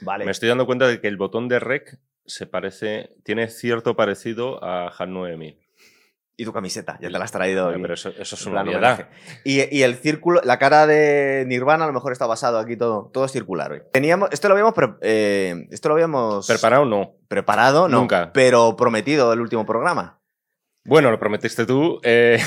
Vale. Me estoy dando cuenta de que el botón de rec tiene cierto parecido a HAL 9000. Y tu camiseta, ya te la has traído. Pero eso es una plan obviedad. Y el círculo, la cara de Nirvana a lo mejor está basado aquí todo es circular hoy. Esto lo habíamos ¿Preparado? No. Preparado, no. Nunca. Pero prometido el último programa. Bueno, lo prometiste tú.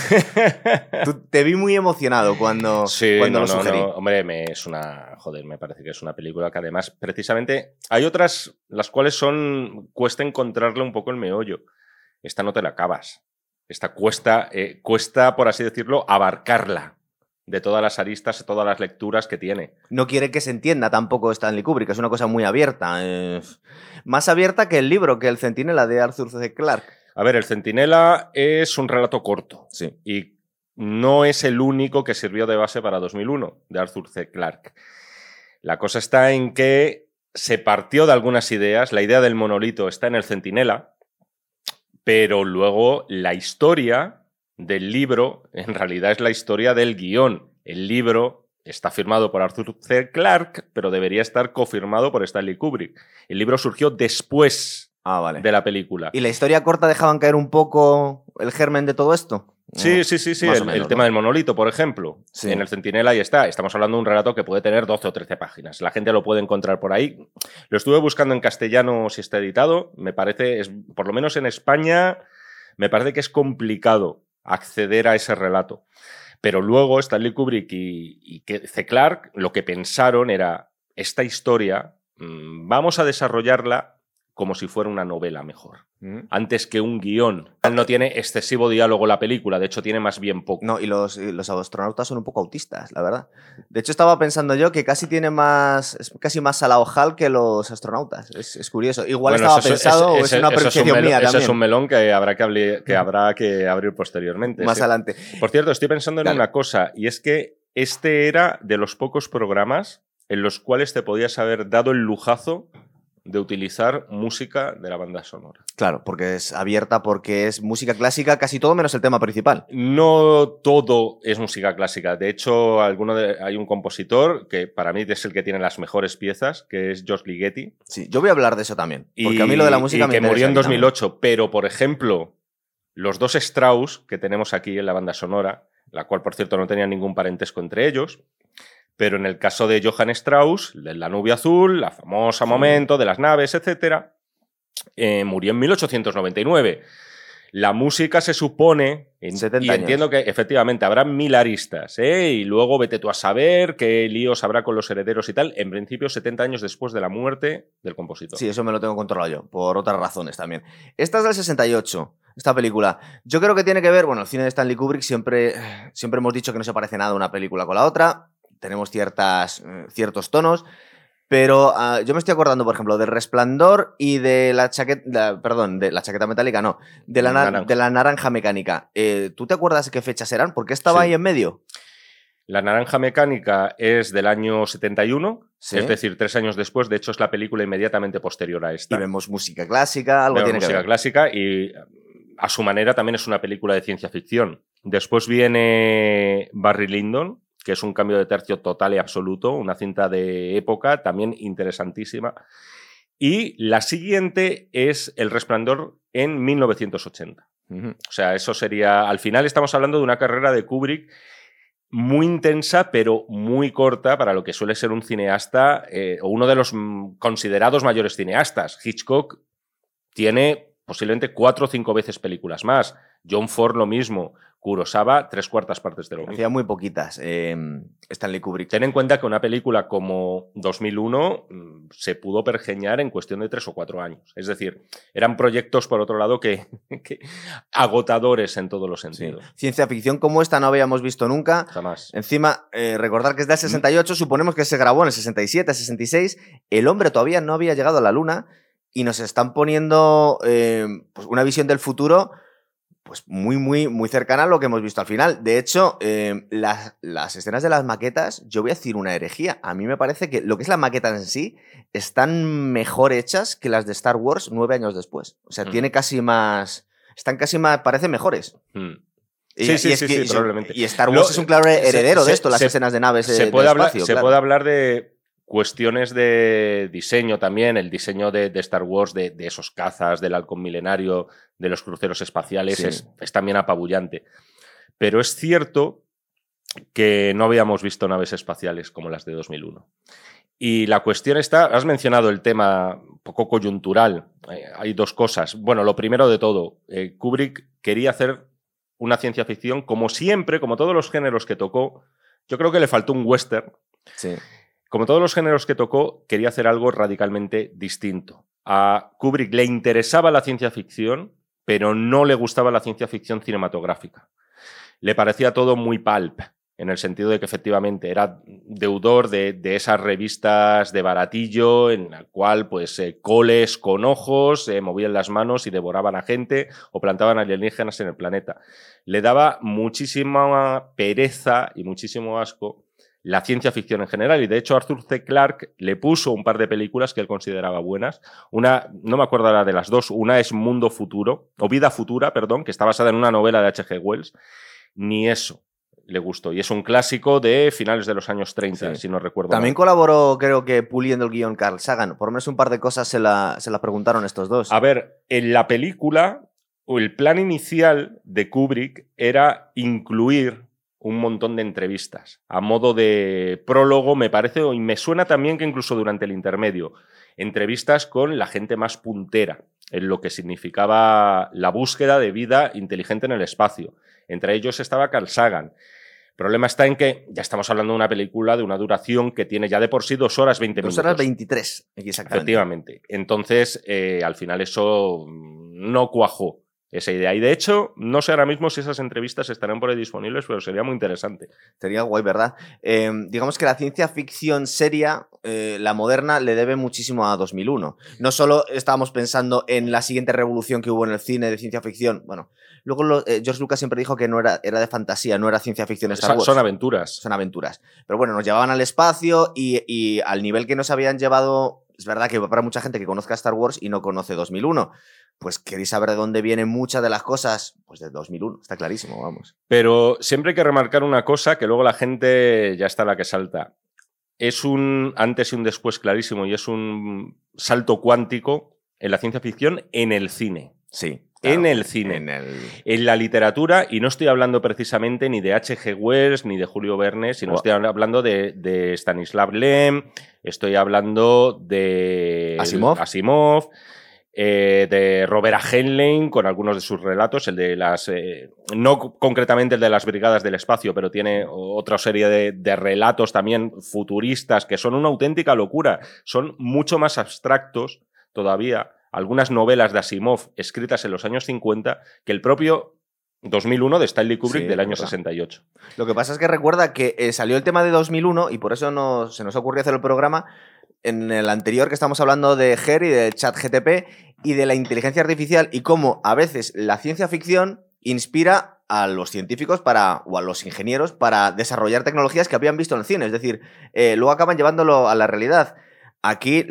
Te vi muy emocionado cuando lo sugerí. No. Hombre, me parece que es una película que además, precisamente, hay otras las cuales cuesta encontrarle un poco el meollo. Esta no te la acabas. Esta cuesta, por así decirlo, abarcarla de todas las aristas, de todas las lecturas que tiene. No quiere que se entienda tampoco Stanley Kubrick, es una cosa muy abierta. Más abierta que el libro, que El Centinela de Arthur C. Clarke. A ver, El Centinela es un relato corto. Sí. Y no es el único que sirvió de base para 2001, de Arthur C. Clarke. La cosa está en que se partió de algunas ideas. La idea del monolito está en El Centinela, pero luego la historia del libro en realidad es la historia del guión. El libro está firmado por Arthur C. Clarke, pero debería estar cofirmado por Stanley Kubrick. El libro surgió después de la película. ¿Y la historia corta dejaban caer un poco el germen de todo esto? Sí. El tema del monolito, por ejemplo. Sí. En El Centinela ahí está. Estamos hablando de un relato que puede tener 12 o 13 páginas. La gente lo puede encontrar por ahí. Lo estuve buscando en castellano si está editado. Me parece, por lo menos en España, me parece que es complicado acceder a ese relato. Pero luego Stanley Kubrick y C. Clarke lo que pensaron era, esta historia vamos a desarrollarla como si fuera una novela mejor, antes que un guión. No tiene excesivo diálogo la película, de hecho tiene más bien poco. No, y los astronautas son un poco autistas, la verdad. De hecho estaba pensando yo que es casi más Salao Hall que los astronautas. Es curioso. Igual estaba pensado o es una apreciación mía también. Ese es un melón que habrá que abrir posteriormente. Más adelante. Por cierto, estoy pensando en una cosa, y es que este era de los pocos programas en los cuales te podías haber dado el lujazo de utilizar música de la banda sonora. Claro, porque es abierta, porque es música clásica, casi todo menos el tema principal. No todo es música clásica. De hecho, hay un compositor que para mí es el que tiene las mejores piezas, que es George Ligeti. Sí, yo voy a hablar de eso también, porque a mí lo de la música me interesa. Que murió en 2008, pero, por ejemplo, los dos Strauss que tenemos aquí en la banda sonora, la cual, por cierto, no tenía ningún parentesco entre ellos, pero en el caso de Johann Strauss, de La nube azul, la famosa momento de las naves, etc., murió en 1899. La música se supone, y entiendo que efectivamente habrá 1000 aristas, y luego vete tú a saber qué líos habrá con los herederos y tal, en principio 70 años después de la muerte del compositor. Sí, eso me lo tengo controlado yo, por otras razones también. Esta es del 68, esta película. Yo creo que tiene que ver, bueno, el cine de Stanley Kubrick siempre hemos dicho que no se parece nada una película con la otra. Tenemos ciertos tonos, pero yo me estoy acordando, por ejemplo, del Resplandor y de la chaqueta metálica, no, de la naranja mecánica. ¿Tú te acuerdas de qué fechas eran? ¿Por qué estaba ahí en medio? La naranja mecánica es del año 71, es decir, 3 años después. De hecho, es la película inmediatamente posterior a esta. Y vemos música clásica, algo tiene que ver. Música clásica y, a su manera, también es una película de ciencia ficción. Después viene Barry Lyndon, que es un cambio de tercio total y absoluto, una cinta de época también interesantísima. Y la siguiente es El Resplandor en 1980. O sea, eso sería... Al final estamos hablando de una carrera de Kubrick muy intensa, pero muy corta para lo que suele ser un cineasta, o uno de los considerados mayores cineastas. Hitchcock tiene posiblemente 4 o 5 veces películas más. John Ford lo mismo. Kurosawa, 3/4 partes de lo mismo. Hacía muy poquitas Stanley Kubrick. Ten en cuenta que una película como 2001 se pudo pergeñar en cuestión de 3 o 4 años. Es decir, eran proyectos, por otro lado, que agotadores en todos los sentidos. Sí. Ciencia ficción como esta no habíamos visto nunca. Jamás. Encima, recordar que es del 68, suponemos que se grabó en el 67, 66. El hombre todavía no había llegado a la luna y nos están poniendo pues una visión del futuro pues muy cercana a lo que hemos visto al final. De hecho, las escenas de las maquetas, yo voy a decir una herejía. A mí me parece que lo que es la maqueta en sí están mejor hechas que las de Star Wars 9 años después. O sea, tiene casi más... Están casi más... parecen mejores. Sí, probablemente. Y Star Wars es un claro heredero de esto, las escenas de naves del espacio. Se puede hablar de cuestiones de diseño también, el diseño de Star Wars, de esos cazas, del halcón milenario, de los cruceros espaciales, Sí. es también apabullante. Pero es cierto que no habíamos visto naves espaciales como las de 2001. Y la cuestión está, has mencionado el tema un poco coyuntural, hay dos cosas. Bueno, lo primero de todo, Kubrick quería hacer una ciencia ficción, como siempre, como todos los géneros que tocó, yo creo que le faltó un western. Sí. Como todos los géneros que tocó, quería hacer algo radicalmente distinto. A Kubrick le interesaba la ciencia ficción, pero no le gustaba la ciencia ficción cinematográfica. Le parecía todo muy pulp, en el sentido de que efectivamente era deudor de esas revistas de baratillo en la cual pues coles con ojos movían las manos y devoraban a gente o plantaban alienígenas en el planeta. Le daba muchísima pereza y muchísimo asco la ciencia ficción en general, y de hecho Arthur C. Clarke le puso un par de películas que él consideraba buenas. Una, no me acuerdo ahora de las dos, una es Mundo Futuro, o Vida Futura, perdón, que está basada en una novela de H.G. Wells. Ni eso le gustó, y es un clásico de finales de los años 30, si no recuerdo También mal. colaboró, creo que puliendo el guión Carl Sagan, por lo menos un par de cosas se la preguntaron estos dos. A ver, en la película, el plan inicial de Kubrick era incluir un montón de entrevistas, a modo de prólogo, me parece, y me suena también que incluso durante el intermedio, entrevistas con la gente más puntera en lo que significaba la búsqueda de vida inteligente en el espacio. Entre ellos estaba Carl Sagan. El problema está en que ya estamos hablando de una película de una duración que tiene ya de por sí 2 horas 20 minutos. 2 horas 23, exactamente. Efectivamente. Entonces, al final eso no cuajó, esa idea. Y de hecho, no sé ahora mismo si esas entrevistas estarán por ahí disponibles, pero sería muy interesante. Sería guay, ¿verdad? Digamos que la ciencia ficción seria, la moderna, le debe muchísimo a 2001. No solo estábamos pensando en la siguiente revolución que hubo en el cine de ciencia ficción. Bueno, luego George Lucas siempre dijo que no era de fantasía, no era ciencia ficción Star Wars. Son aventuras. Son aventuras. Pero bueno, nos llevaban al espacio y al nivel que nos habían llevado. Es verdad que para mucha gente que conozca Star Wars y no conoce 2001, pues queréis saber de dónde vienen muchas de las cosas, pues de 2001, está clarísimo, vamos. Pero siempre hay que remarcar una cosa que luego la gente ya está la que salta. Es un antes y un después clarísimo, y es un salto cuántico en la ciencia ficción en el cine. Sí. Claro, en el cine, en la literatura, y no estoy hablando precisamente ni de H.G. Wells ni de Julio Verne, sino estoy hablando de Stanislav Lem, estoy hablando de Asimov, de Robert A. Heinlein con algunos de sus relatos, el de las no concretamente el de las Brigadas del Espacio, pero tiene otra serie de relatos también futuristas que son una auténtica locura, son mucho más abstractos todavía algunas novelas de Asimov escritas en los años 50 que el propio 2001 de Stanley Kubrick del año 68. Lo que pasa es que recuerda que salió el tema de 2001 y por eso se nos ocurrió hacer el programa en el anterior, que estamos hablando de GER y de ChatGTP y de la inteligencia artificial y cómo a veces la ciencia ficción inspira a los científicos o a los ingenieros para desarrollar tecnologías que habían visto en el cine. Es decir, luego acaban llevándolo a la realidad. Aquí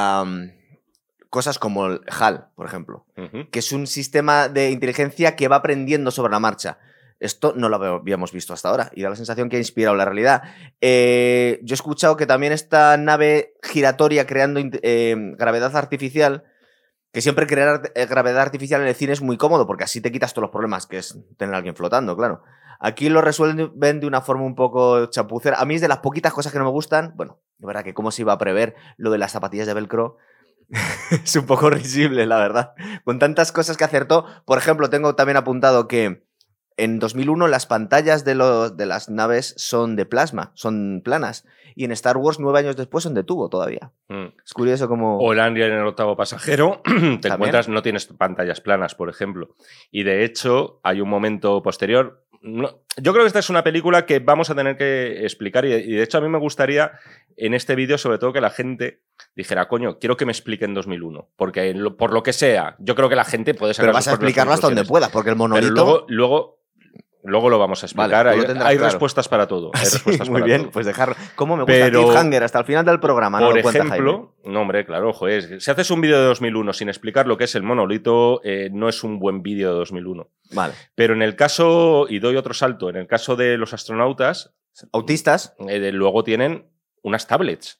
cosas como el HAL, por ejemplo, que es un sistema de inteligencia que va aprendiendo sobre la marcha. Esto no lo habíamos visto hasta ahora y da la sensación que ha inspirado la realidad. Yo he escuchado que también esta nave giratoria creando gravedad artificial, que siempre crear gravedad artificial en el cine es muy cómodo porque así te quitas todos los problemas, que es tener a alguien flotando, claro. Aquí lo resuelven de una forma un poco chapucera. A mí es de las poquitas cosas que no me gustan. Bueno, de verdad que cómo se iba a prever lo de las zapatillas de velcro. Es un poco risible, la verdad. Con tantas cosas que acertó. Por ejemplo, tengo también apuntado que en 2001 las pantallas de las naves son de plasma, son planas. Y en Star Wars 9 años después son de tubo todavía. Es curioso como... O el Alien en el octavo pasajero, te encuentras, no tienes pantallas planas, por ejemplo. Y de hecho, hay un momento posterior... yo creo que esta es una película que vamos a tener que explicar y de hecho a mí me gustaría en este vídeo sobre todo que la gente dijera, coño, quiero que me expliquen 2001, porque por lo que sea, yo creo que la gente puede sacar... Pero vas a explicarlo hasta donde puedas, porque el monolito... Pero luego lo vamos a explicar. Vale, hay respuestas para todo. Hay respuestas muy para bien, todo. Pues dejarlo. ¿Cómo me gusta cliffhanger hasta el final del programa? Por ejemplo, no, hombre, claro, ojo, si haces un vídeo de 2001 sin explicar lo que es el monolito, no es un buen vídeo de 2001. Vale. Pero en el caso, y doy otro salto, en el caso de los astronautas... Autistas. Luego tienen unas tablets.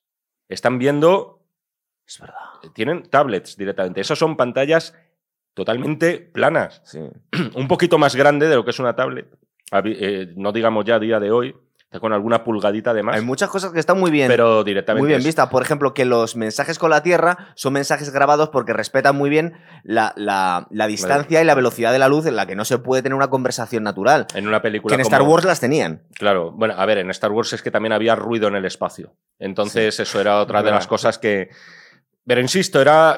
están viendo... Es verdad. Tienen tablets directamente. Esas son pantallas totalmente planas. Sí. Un poquito más grande de lo que es una tablet. No digamos ya a día de hoy, con alguna pulgadita de más. Hay muchas cosas que están muy bien. Pero directamente. Muy bien vistas. Por ejemplo, que los mensajes con la Tierra son mensajes grabados porque respetan muy bien la distancia y la velocidad de la luz en la que no se puede tener una conversación natural. En una película que en Star Wars las tenían. Claro. Bueno, a ver, en Star Wars es que también había ruido en el espacio. Entonces, eso era otra de las cosas que... Pero insisto,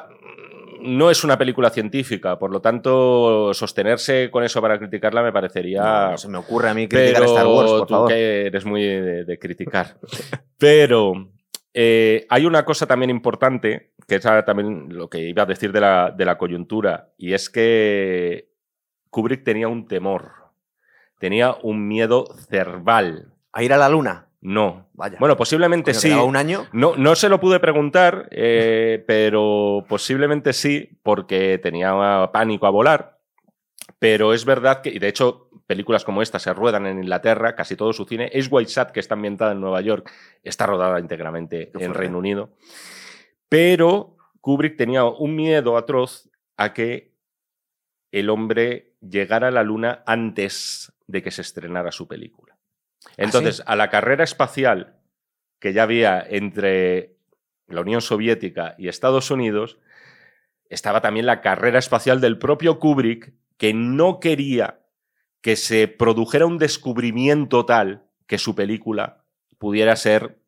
no es una película científica, por lo tanto, sostenerse con eso para criticarla me parecería... No se me ocurre a mí criticar Star Wars, por favor. Tú que eres muy de criticar. Pero hay una cosa también importante, que es también lo que iba a decir de la coyuntura, y es que Kubrick tenía un temor, tenía un miedo cerval. ¿A ir a la luna? No. Vaya. Bueno, posiblemente sí. ¿Un año? No se lo pude preguntar, pero posiblemente sí, porque tenía pánico a volar. Pero es verdad que, y de hecho, películas como esta se ruedan en Inglaterra, casi todo su cine. Ace White Shot, que está ambientada en Nueva York, está rodada íntegramente en Reino Unido. Pero Kubrick tenía un miedo atroz a que el hombre llegara a la luna antes de que se estrenara su película. Entonces, a la carrera espacial que ya había entre la Unión Soviética y Estados Unidos, estaba también la carrera espacial del propio Kubrick, que no quería que se produjera un descubrimiento tal que su película pudiera ser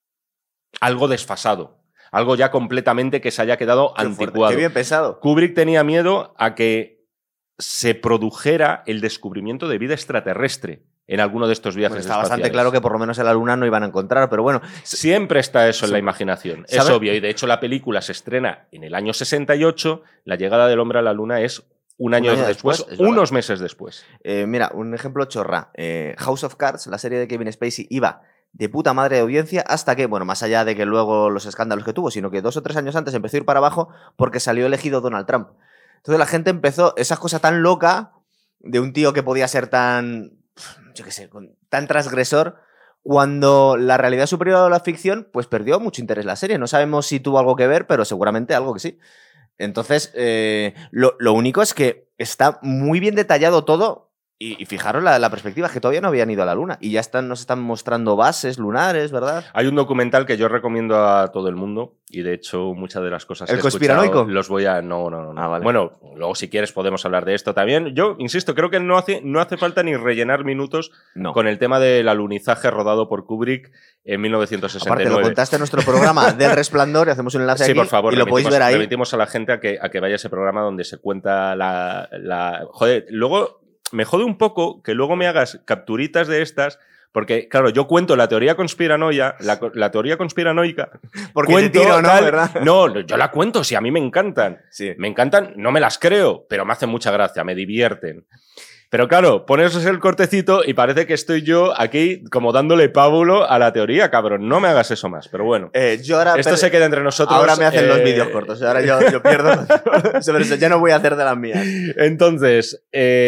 algo desfasado, algo ya completamente que se haya quedado anticuado. Qué bien pensado. Kubrick tenía miedo a que se produjera el descubrimiento de vida extraterrestre en alguno de estos viajes está bastante claro que por lo menos en la Luna no iban a encontrar, pero bueno. Siempre está eso en la imaginación, es obvio. Y de hecho la película se estrena en el año 68, la llegada del hombre a la Luna es un año después, unos meses después. Mira, un ejemplo chorra. House of Cards, la serie de Kevin Spacey, iba de puta madre de audiencia hasta que, bueno, más allá de que luego los escándalos que tuvo, sino que 2 o 3 años antes empezó a ir para abajo porque salió elegido Donald Trump. Entonces la gente empezó, esa cosa tan loca de un tío que podía ser tan... yo qué sé, tan transgresor, cuando la realidad superior a la ficción, pues perdió mucho interés la serie. No sabemos si tuvo algo que ver, pero seguramente algo que sí. Entonces, lo único es que está muy bien detallado todo. Y fijaros la perspectiva, es que todavía no habían ido a la Luna. Y ya nos están mostrando bases lunares, ¿verdad? Hay un documental que yo recomiendo a todo el mundo. Y de hecho, muchas de las cosas que he escuchado los voy a... No. Vale. Bueno, luego si quieres podemos hablar de esto también. Yo, insisto, creo que no hace falta ni rellenar minutos con el tema del alunizaje rodado por Kubrick en 1969. Aparte, lo contaste en nuestro programa del Resplandor y hacemos un enlace aquí. Sí, por favor, y lo podéis ver ahí. Remitimos a la gente a que vaya a ese programa donde se cuenta Joder, luego... Me jode un poco que luego me hagas capturitas de estas, porque, claro, yo cuento la teoría conspiranoica, la teoría conspiranoica. Porque cuento, te tiro, ¿no? Tal, ¿verdad? No, yo la cuento, si a mí me encantan. Sí. Me encantan, no me las creo, pero me hacen mucha gracia, me divierten. Pero claro, pones el cortecito y parece que estoy yo aquí como dándole pábulo a la teoría, cabrón. No me hagas eso más, pero bueno. Esto se queda entre nosotros. Ahora me hacen los vídeos cortos, ahora yo pierdo. Sobre eso ya no voy a hacer de las mías. Entonces,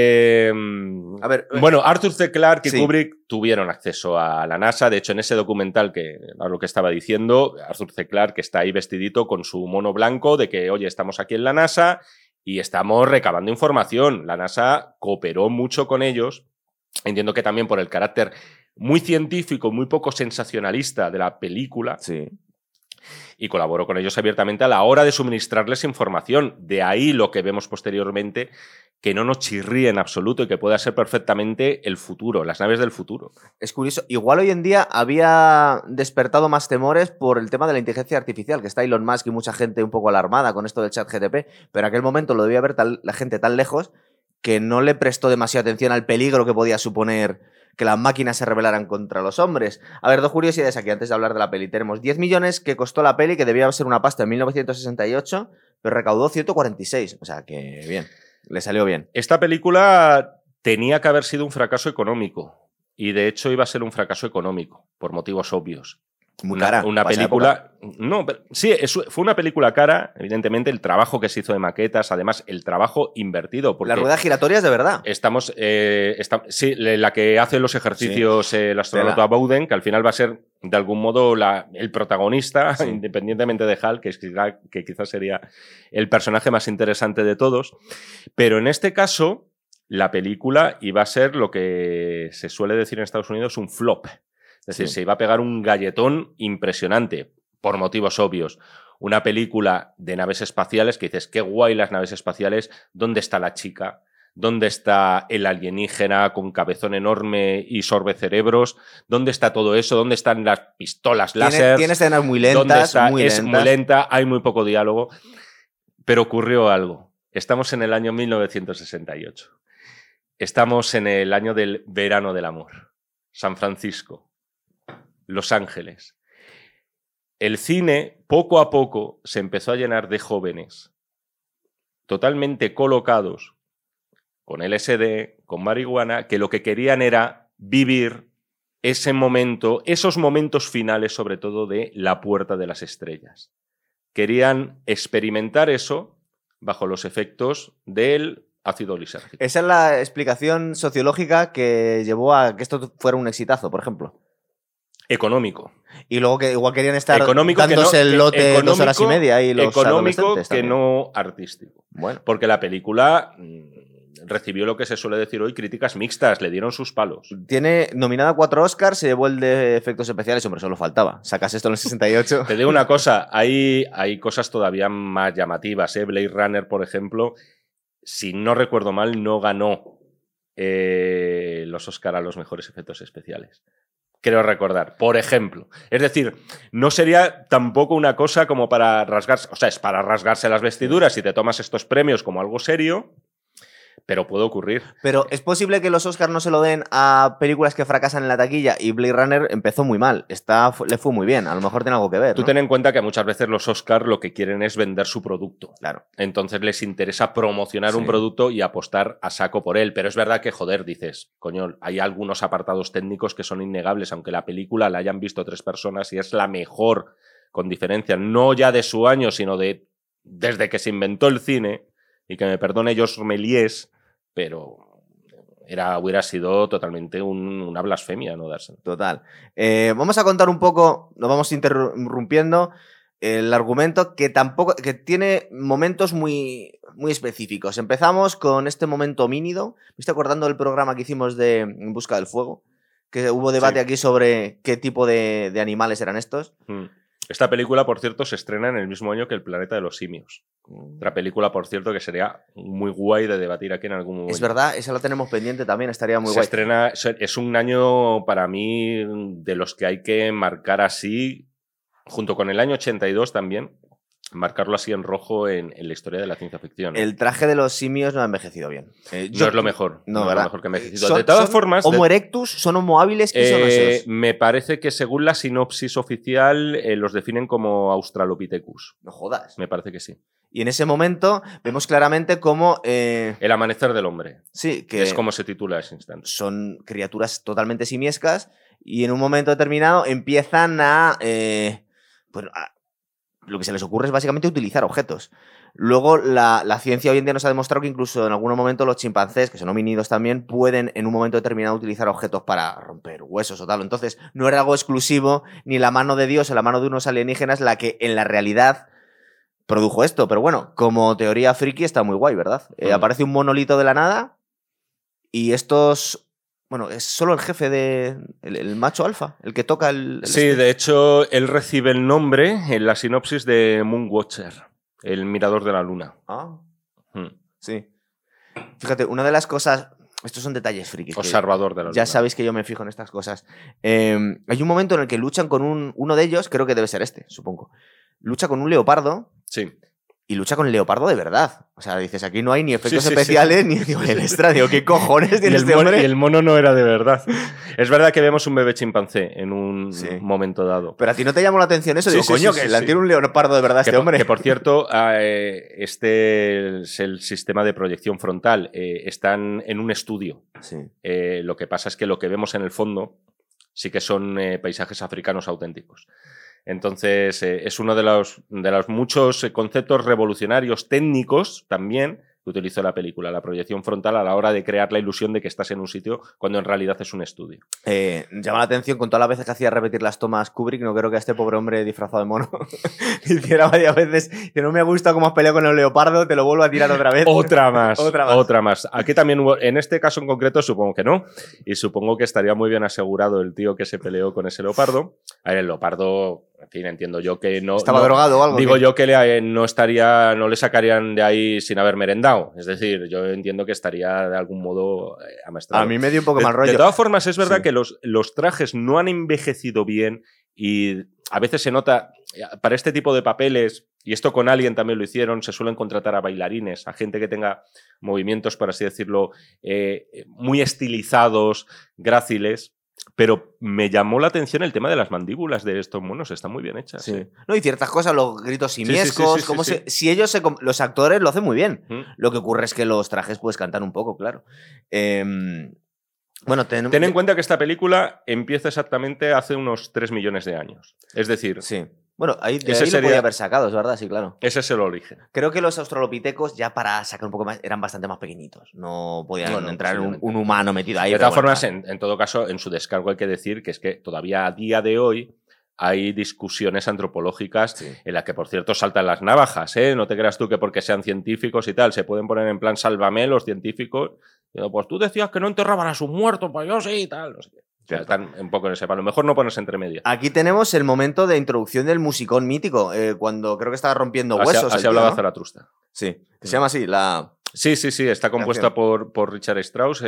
a ver, bueno, Arthur C. Clarke y Kubrick tuvieron acceso a la NASA. De hecho, en ese documental, que a lo que estaba diciendo, Arthur C. Clarke está ahí vestidito con su mono blanco de que, oye, estamos aquí en la NASA y estamos recabando información. La NASA cooperó mucho con ellos. Entiendo que también por el carácter muy científico, muy poco sensacionalista de la película. Sí. Y colaboró con ellos abiertamente a la hora de suministrarles información. De ahí lo que vemos posteriormente, que no nos chirríe en absoluto y que pueda ser perfectamente el futuro, las naves del futuro. Es curioso. Igual hoy en día había despertado más temores por el tema de la inteligencia artificial, que está Elon Musk y mucha gente un poco alarmada con esto del ChatGPT, pero en aquel momento lo debía ver la gente tan lejos que no le prestó demasiada atención al peligro que podía suponer que las máquinas se rebelaran contra los hombres. A ver, 2 curiosidades aquí antes de hablar de la peli. Tenemos 10 millones que costó la peli, que debía ser una pasta en 1968, pero recaudó 146. O sea que bien, le salió bien. Esta película tenía que haber sido un fracaso económico. Y de hecho iba a ser un fracaso económico, por motivos obvios. Muy cara. Una película... No, pero sí, fue una película cara, evidentemente, el trabajo que se hizo de maquetas, además, el trabajo invertido. Porque las ruedas giratorias de verdad. Sí, la que hace los ejercicios el astronauta Bowden, que al final va a ser de algún modo el protagonista, Sí. independientemente de Hal, que quizás sería el personaje más interesante de todos. Pero en este caso, la película iba a ser lo que se suele decir en Estados Unidos un flop. Es decir, Sí. se iba a pegar un galletón impresionante, por motivos obvios. Una película de naves espaciales que dices, qué guay las naves espaciales, ¿dónde está la chica? ¿Dónde está el alienígena con cabezón enorme y sorbe cerebros? ¿Dónde está todo eso? ¿Dónde están las pistolas láser? Tiene escenas muy lentas. ¿Dónde está? Muy Es lentas. muy lenta, hay muy poco diálogo. Pero ocurrió algo. Estamos en el año 1968. Estamos en el año del verano del amor. San Francisco. Los Ángeles. El cine, poco a poco, se empezó a llenar de jóvenes totalmente colocados con LSD, con marihuana, que lo que querían era vivir ese momento, esos momentos finales, sobre todo, de La Puerta de las Estrellas. Querían experimentar eso bajo los efectos del ácido lisérgico. Esa es la explicación sociológica que llevó a que esto fuera un exitazo, por ejemplo. Económico. Y luego que igual querían estar Económico dándose el lote económico, 2 horas y media y los económico adolescentes que también. no artístico. Bueno, Porque la película recibió lo que se suele decir hoy críticas mixtas, le dieron sus palos. tiene nominada a 4 Oscars, se llevó el de efectos especiales, hombre, solo faltaba. Sacas esto en el 68. Te digo una cosa, hay cosas todavía más llamativas. Blade Runner, por ejemplo, si no recuerdo mal, no ganó los Oscar a los mejores efectos especiales. Creo recordar, por ejemplo. Es decir, no sería tampoco una cosa como para rasgarse, o sea, es para rasgarse las vestiduras si te tomas estos premios como algo serio, pero puede ocurrir. Pero es posible que los Oscars no se lo den a películas que fracasan en la taquilla y Blade Runner empezó muy mal. Le fue muy bien, a lo mejor tiene algo que ver, Tú ¿no? ten en cuenta que muchas veces los Oscars lo que quieren es vender su producto. Claro. Entonces les interesa promocionar un producto y apostar a saco por él. Pero es verdad que, joder, dices, coño, hay algunos apartados técnicos que son innegables, aunque la película la hayan visto 3 personas y es la mejor con diferencia, no ya de su año, sino desde que se inventó el cine, y que me perdone Georges Méliès, pero hubiera sido totalmente una blasfemia no dárselo. Total. Vamos a contar un poco, nos vamos interrumpiendo, el argumento que tiene momentos muy, muy específicos. Empezamos con este momento homínido. ¿Me estoy acordando del programa que hicimos de En busca del fuego? Que hubo debate aquí sobre qué tipo de animales eran estos. Esta película, por cierto, se estrena en el mismo año que El planeta de los simios. Otra película, por cierto, que sería muy guay de debatir aquí en algún momento. Es verdad, esa la tenemos pendiente también, estaría muy guay. Es un año para mí de los que hay que marcar así, junto con el año 82 también, marcarlo así en rojo en la historia de la ciencia ficción. El traje de los simios no ha envejecido bien. No es lo mejor. No es lo mejor que ha envejecido. De todas formas... ¿Homo erectus? ¿Son homo hábiles? ¿Qué son esos? Me parece que según la sinopsis oficial los definen como Australopithecus. No jodas. Me parece que sí. Y en ese momento vemos claramente cómo... El amanecer del hombre. Sí, que es como se titula ese instante. Son criaturas totalmente simiescas y en un momento determinado empiezan a lo que se les ocurre es básicamente utilizar objetos. Luego, la ciencia hoy en día nos ha demostrado que incluso en algún momento los chimpancés, que son homínidos también, pueden en un momento determinado utilizar objetos para romper huesos o tal. Entonces, no era algo exclusivo, ni la mano de Dios o la mano de unos alienígenas la que en la realidad produjo esto. Pero bueno, como teoría friki está muy guay, ¿verdad? Aparece un monolito de la nada y estos... Bueno, es solo el jefe el macho alfa, el que toca el sí, de hecho, él recibe el nombre en la sinopsis de Moonwatcher, el mirador de la luna. Ah, sí. Fíjate, una de las cosas... Estos son detalles frikis. Observador de la luna. Ya sabéis que yo me fijo en estas cosas. Hay un momento en el que luchan con uno de ellos, creo que debe ser este, supongo. Lucha con un leopardo. Sí. Y lucha con el leopardo de verdad. O sea, dices, aquí no hay ni efectos especiales, ni el extra. Digo, ¿qué cojones tiene este hombre? Y el mono no era de verdad. Es verdad que vemos un bebé chimpancé en un momento dado. Pero a ti no te llamó la atención eso. Digo, coño, que tiene un leopardo de verdad este hombre. Que por cierto, este es el sistema de proyección frontal. Están en un estudio. Sí. Lo que pasa es que lo que vemos en el fondo sí que son paisajes africanos auténticos. Entonces, es uno de los muchos conceptos revolucionarios técnicos también que que utilizó la película, la proyección frontal a la hora de crear la ilusión de que estás en un sitio cuando en realidad es un estudio. Llama la atención con todas las veces que hacía repetir las tomas Kubrick, no creo que a este pobre hombre disfrazado de mono hiciera varias veces que no me gusta cómo has peleado con el leopardo, te lo vuelvo a tirar otra vez. Otra más. Aquí también hubo, en este caso en concreto supongo que no, y supongo que estaría muy bien asegurado el tío que se peleó con ese leopardo. A ver, el leopardo, en fin, entiendo yo que no... ¿Estaba drogado o algo? Digo yo que no le sacarían de ahí sin haber merendado. Es decir, yo entiendo que estaría de algún modo amaestrado. A mí me dio un poco mal rollo. De todas formas, es verdad que los trajes no han envejecido bien y a veces se nota, para este tipo de papeles, y esto con Alien también lo hicieron, se suelen contratar a bailarines, a gente que tenga movimientos, por así decirlo, muy estilizados, gráciles. Pero me llamó la atención el tema de las mandíbulas de estos monos, están muy bien hechas. Sí. No, y ciertas cosas, los gritos simiescos, si ellos los actores lo hacen muy bien. Lo que ocurre es que los trajes pues cantan un poco, claro. Bueno, ten en cuenta que esta película empieza exactamente hace unos 3 millones de años. Es decir... Sí. Bueno, ahí lo podía haber sacado, es verdad, sí, claro. Ese es el origen. Creo que los australopitecos, ya para sacar un poco más, eran bastante más pequeñitos. No podían entrar un humano metido ahí. De todas formas, en todo caso, en su descargo hay que decir que es que todavía a día de hoy hay discusiones antropológicas en las que, por cierto, saltan las navajas, ¿eh? No te creas tú que porque sean científicos y tal, se pueden poner en plan sálvame los científicos. Pues tú decías que no enterraban a sus muertos, pues yo sí y tal, no sé qué. O sea, están un poco en ese palo. Mejor no ponerse entre medias. Aquí tenemos el momento de introducción del musicón mítico, cuando creo que estaba rompiendo huesos. Así hablaba Zaratrusta. Sí, que se llama así, la... Sí, está compuesta por Richard Strauss,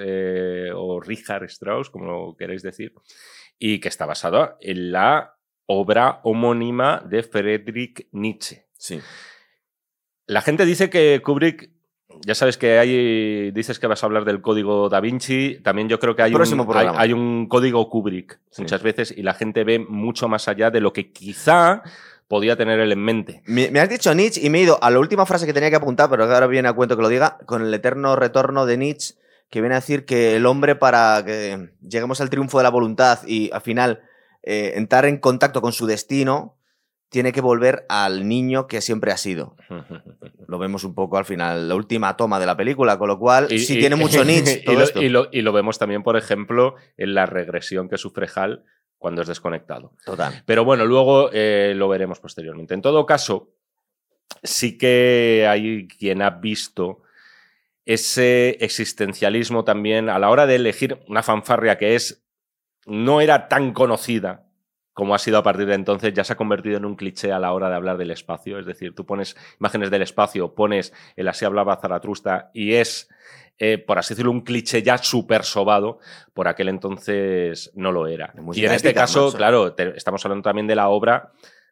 o Richard Strauss, como lo queréis decir, y que está basada en la obra homónima de Friedrich Nietzsche. Sí. La gente dice que Kubrick... Ya sabes que dices que vas a hablar del código Da Vinci, también yo creo que hay un código Kubrick muchas veces y la gente ve mucho más allá de lo que quizá podía tener él en mente. Me has dicho Nietzsche y me he ido a la última frase que tenía que apuntar, pero que ahora viene a cuento que lo diga, con el eterno retorno de Nietzsche, que viene a decir que el hombre, para que lleguemos al triunfo de la voluntad y al final entrar en contacto con su destino, tiene que volver al niño que siempre ha sido. Lo vemos un poco al final, la última toma de la película, con lo cual sí tiene mucho Nietzsche todo esto. Y lo vemos también, por ejemplo, en la regresión que sufre Hal cuando es desconectado. Total. Pero bueno, luego lo veremos posteriormente. En todo caso, sí que hay quien ha visto ese existencialismo también a la hora de elegir una fanfarria que no era tan conocida como ha sido a partir de entonces, ya se ha convertido en un cliché a la hora de hablar del espacio. Es decir, tú pones imágenes del espacio, pones el Así hablaba Zaratrusta y es, por así decirlo, un cliché ya súper sobado. Por aquel entonces no lo era. Y en este caso, claro, estamos hablando también de la obra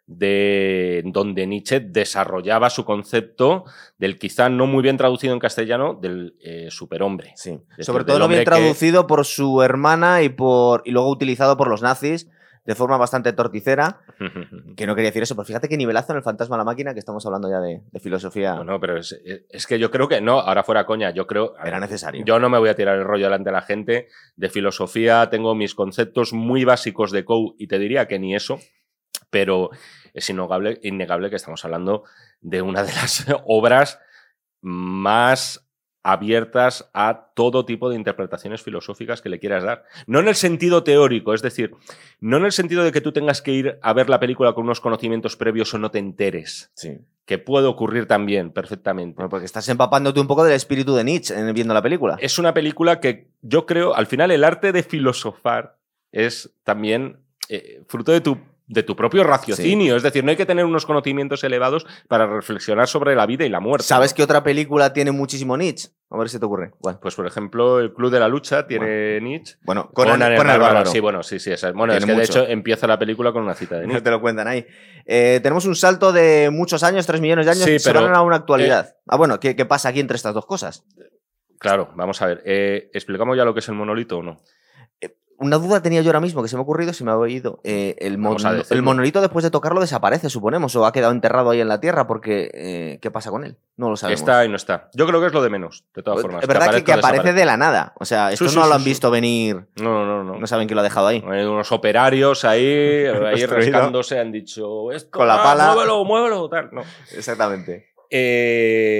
donde Nietzsche desarrollaba su concepto del quizá no muy bien traducido en castellano del superhombre. Sí. Sobre todo no bien traducido por su hermana y luego utilizado por los nazis de forma bastante torticera, que no quería decir eso, pero fíjate qué nivelazo en El fantasma de la máquina, que estamos hablando ya de filosofía. No, pero es que yo creo que no, ahora fuera coña, yo creo... Era necesario. Yo no me voy a tirar el rollo delante de la gente, de filosofía tengo mis conceptos muy básicos de Coe y te diría que ni eso, pero es innegable que estamos hablando de una de las obras más abiertas a todo tipo de interpretaciones filosóficas que le quieras dar. No en el sentido teórico, es decir, no en el sentido de que tú tengas que ir a ver la película con unos conocimientos previos o no te enteres. Sí. Que puede ocurrir también, perfectamente. Bueno, porque estás empapándote un poco del espíritu de Nietzsche viendo la película. Es una película que yo creo, al final, el arte de filosofar es también fruto de tu propio raciocinio. Sí. Es decir, no hay que tener unos conocimientos elevados para reflexionar sobre la vida y la muerte. ¿Sabes qué otra película tiene muchísimo Nietzsche? A ver si te ocurre. ¿Cuál? Pues, por ejemplo, El Club de la Lucha tiene Nietzsche. Bueno, Conan el Bárbaro. Sí, bueno, sí. Bueno, es que de hecho empieza la película con una cita de Nietzsche. No te lo cuentan ahí. Tenemos un salto de muchos años, 3 millones de años, sí, pero a una actualidad. Bueno, ¿qué pasa aquí entre estas dos cosas? Claro, vamos a ver. ¿Explicamos ya lo que es el monolito o no? Una duda tenía yo ahora mismo que se me ha ocurrido, se me ha oído. El monolito después de tocarlo desaparece, suponemos, o ha quedado enterrado ahí en la tierra, porque ¿qué pasa con él? No lo sabemos. Está y no está. Yo creo que es lo de menos, de todas formas. Es verdad que aparece de la nada. O sea, esto no lo han visto venir. No. No saben quién lo ha dejado ahí. Hay unos operarios ahí rascándose, han dicho esto, con la pala. Muévelo, tal. No. Exactamente.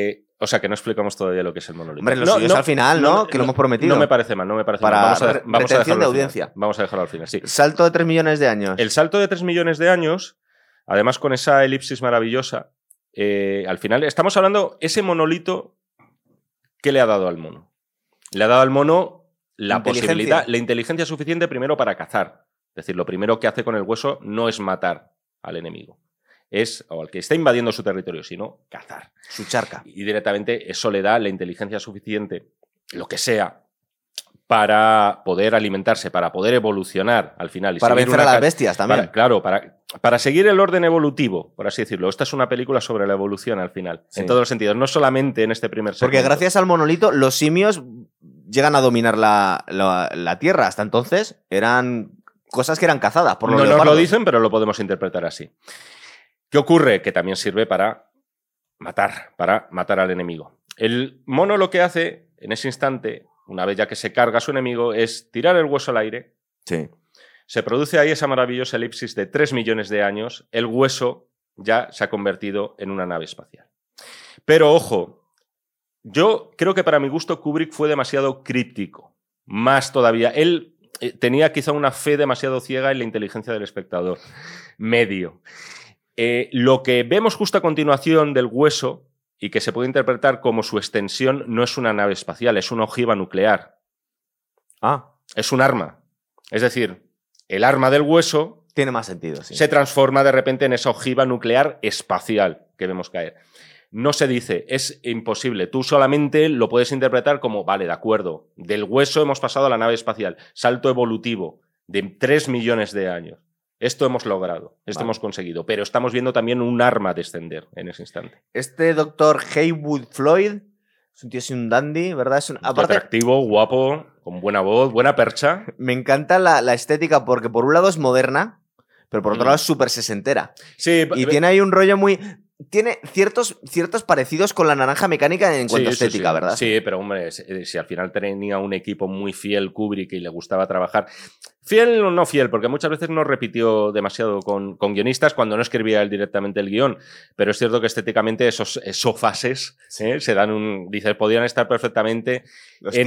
O sea, que no explicamos todavía lo que es el monolito. Hombre, lo suyo es al final, ¿no? Que lo hemos prometido. No me parece mal, no me parece Para mal. Vamos a dejarlo de al audiencia. Final. Vamos a dejarlo al final, sí. Salto de 3 millones de años. El salto de 3 millones de años, además con esa elipsis maravillosa, al final estamos hablando, ese monolito, ¿qué le ha dado al mono? Le ha dado al mono la posibilidad, la inteligencia suficiente primero para cazar. Es decir, lo primero que hace con el hueso no es matar al enemigo. O al que está invadiendo su territorio, sino cazar. Su charca. Y directamente eso le da la inteligencia suficiente, lo que sea, para poder alimentarse, para poder evolucionar al final. Y para vencer a las bestias también. Para seguir el orden evolutivo, por así decirlo. Esta es una película sobre la evolución al final, en todos los sentidos, no solamente en este primer segmento. Porque gracias al monolito los simios llegan a dominar la Tierra. Hasta entonces eran cosas que eran cazadas por los leopardos. No nos lo dicen, pero lo podemos interpretar así. ¿Qué ocurre? Que también sirve para matar al enemigo. El mono lo que hace en ese instante, una vez ya que se carga a su enemigo, es tirar el hueso al aire. Sí. Se produce ahí esa maravillosa elipsis de 3 millones de años. El hueso ya se ha convertido en una nave espacial. Pero ojo, yo creo que para mi gusto Kubrick fue demasiado críptico. Más todavía. Él tenía quizá una fe demasiado ciega en la inteligencia del espectador. Medio. Lo que vemos justo a continuación del hueso y que se puede interpretar como su extensión no es una nave espacial, es una ojiva nuclear. Es un arma. Es decir, el arma del hueso tiene más sentido, sí. Se transforma de repente en esa ojiva nuclear espacial que vemos caer. No se dice, es imposible. Tú solamente lo puedes interpretar como, vale, de acuerdo, del hueso hemos pasado a la nave espacial, salto evolutivo de 3 millones de años. Esto hemos logrado, esto hemos conseguido, pero estamos viendo también un arma descender en ese instante. Este doctor Heywood Floyd es un tío, es un dandy, ¿verdad? Es aparte, atractivo, guapo, con buena voz, buena percha. Me encanta la estética porque por un lado es moderna, pero por otro lado es súper sesentera. Sí, y tiene ahí un rollo muy... Tiene ciertos parecidos con la Naranja Mecánica en cuanto a estética, sí. ¿verdad? Sí, pero hombre, si al final tenía un equipo muy fiel Kubrick y le gustaba trabajar... Fiel o no fiel, porque muchas veces no repitió demasiado con guionistas cuando no escribía él directamente el guión, pero es cierto que estéticamente esos fases se dan dices, podían estar perfectamente en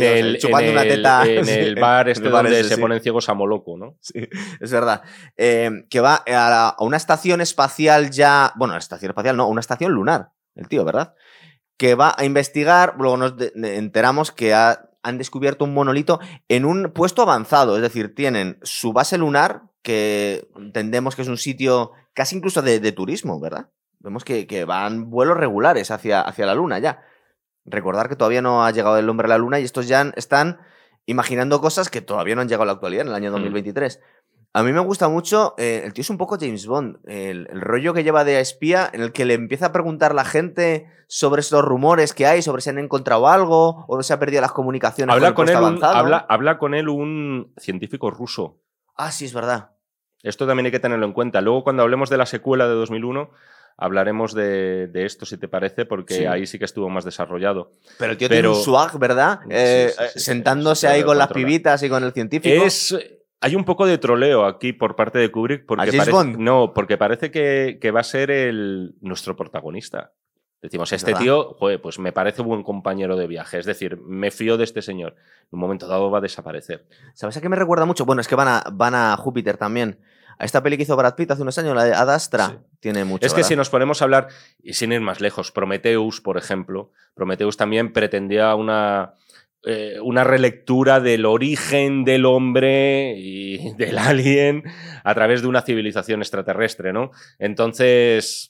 el bar donde se ponen ciegos a Moloco, ¿no? Sí, es verdad. Que va a una estación espacial ya... Bueno, a estación espacial no, una estación lunar, el tío, ¿verdad? Que va a investigar, luego nos enteramos que han descubierto un monolito en un puesto avanzado, es decir, tienen su base lunar, que entendemos que es un sitio casi incluso de turismo, ¿verdad? Vemos que van vuelos regulares hacia la Luna ya. Recordar que todavía no ha llegado el hombre a la Luna y estos ya están imaginando cosas que todavía no han llegado a la actualidad, en el año 2023. A mí me gusta mucho, el tío es un poco James Bond, el rollo que lleva de espía en el que le empieza a preguntar a la gente sobre estos rumores que hay, sobre si han encontrado algo o no se ha perdido las comunicaciones. Habla con él un científico ruso. Ah, sí, es verdad. Esto también hay que tenerlo en cuenta. Luego, cuando hablemos de la secuela de 2001, hablaremos de esto, si te parece, porque ahí sí que estuvo más desarrollado. Pero el tío tiene un swag, ¿verdad? Sentándose ahí con las pibitas y con el científico. Hay un poco de troleo aquí por parte de Kubrick porque parece que va a ser nuestro protagonista. Decimos, este tío, joder, pues me parece buen compañero de viaje. Es decir, me fío de este señor. En un momento dado va a desaparecer. ¿Sabes a qué me recuerda mucho? Bueno, es que van a Júpiter también. A esta peli que hizo Brad Pitt hace unos años, la de Ad Astra, tiene mucho. Es que si nos ponemos a hablar, y sin ir más lejos, Prometheus, por ejemplo, Prometheus también pretendía una relectura del origen del hombre y del alien a través de una civilización extraterrestre, ¿no? Entonces,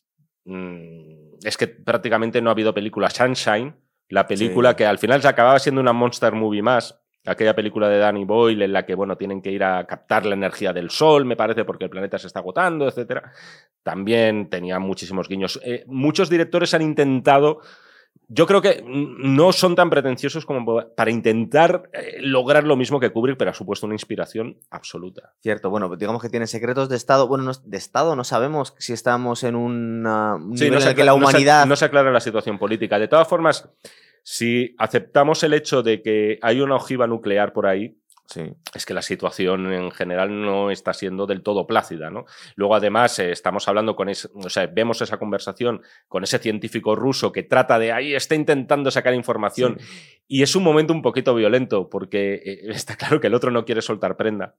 es que prácticamente no ha habido película. Sunshine, la película que al final se acababa siendo una monster movie más, aquella película de Danny Boyle en la que, bueno, tienen que ir a captar la energía del sol, me parece, porque el planeta se está agotando, etcétera. También tenía muchísimos guiños. Muchos directores han intentado... Yo creo que no son tan pretenciosos como para intentar lograr lo mismo que Kubrick, pero ha supuesto una inspiración absoluta. Cierto, bueno, digamos que tiene secretos de Estado. Bueno, de Estado no sabemos si estamos en un nivel en el que la humanidad... No se aclara la situación política. De todas formas, si aceptamos el hecho de que hay una ojiva nuclear por ahí, Sí. es que la situación en general no está siendo del todo plácida, ¿no? Luego, además, estamos hablando o sea, vemos esa conversación con ese científico ruso que trata de ahí, está intentando sacar información, Sí. y es un momento un poquito violento, porque está claro que el otro no quiere soltar prenda.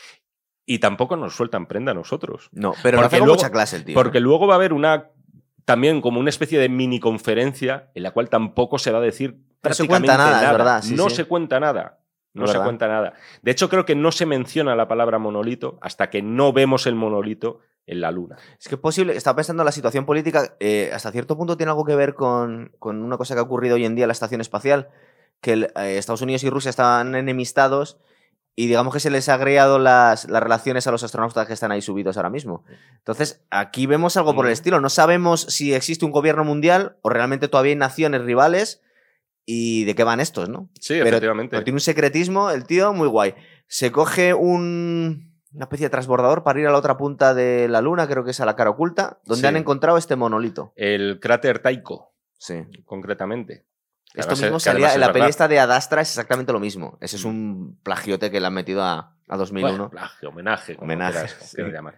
Y tampoco nos sueltan prenda a nosotros. No, pero lo hace con mucha clase el tío. Porque luego va a haber también como una especie de mini conferencia en la cual tampoco se va a decir prácticamente nada. Es verdad. Sí, no sí. se cuenta nada. No se cuenta nada. De hecho, creo que no se menciona la palabra monolito hasta que no vemos el monolito en la Luna. Es que es posible, estaba pensando en la situación política, hasta cierto punto tiene algo que ver con una cosa que ha ocurrido hoy en día en la estación espacial, que Estados Unidos y Rusia están enemistados y digamos que se les ha agregado las relaciones a los astronautas que están ahí subidos ahora mismo. Entonces, aquí vemos algo por el estilo. No sabemos si existe un gobierno mundial o realmente todavía hay naciones rivales y de qué van estos, ¿no? Sí, efectivamente. Pero tiene un secretismo, el tío, muy guay. Se coge una especie de transbordador para ir a la otra punta de la Luna, creo que es a la cara oculta, donde han encontrado este monolito. El cráter Tycho, sí, concretamente. Esto mismo salía en la peli esta de Ad Astra, es exactamente lo mismo. Ese es un plagiote que le han metido a 2001. Bueno, plagio, homenaje, como quieras llamar.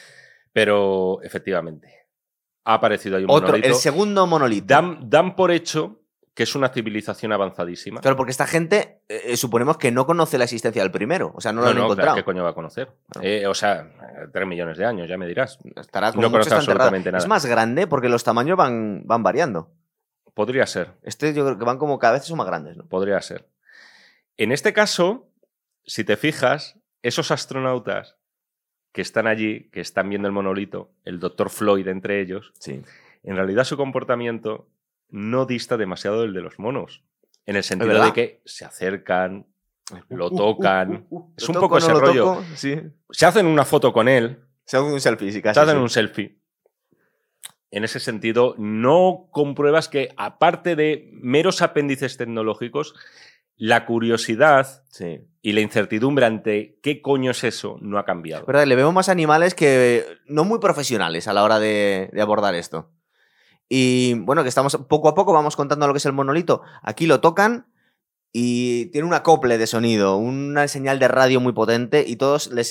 Pero, efectivamente, ha aparecido ahí un monolito. El segundo monolito. Dan por hecho que es una civilización avanzadísima. Claro, porque esta gente suponemos que no conoce la existencia del primero. O sea, no lo han encontrado. Claro, ¿qué coño va a conocer? O sea, 3 millones de años, ya me dirás. Estará como no conoce absolutamente nada. Es más grande porque los tamaños van variando. Podría ser. Yo creo que van como cada vez son más grandes, ¿no? Podría ser. En este caso, si te fijas, esos astronautas que están allí, que están viendo el monolito, el Dr. Floyd entre ellos, sí, en realidad su comportamiento no dista demasiado del de los monos. En el sentido de que se acercan, lo tocan. Es un poco ese rollo. Sí. Se hacen una foto con él. Se hacen un selfie, sí, casi. Se hacen un selfie. En ese sentido, no compruebas que, aparte de meros apéndices tecnológicos, la curiosidad y la incertidumbre ante qué coño es eso no ha cambiado. ¿Verdad? Le vemos más animales que no muy profesionales a la hora de abordar esto. Y bueno, que estamos poco a poco vamos contando lo que es el monolito. Aquí lo tocan y tiene un acople de sonido, una señal de radio muy potente y todos les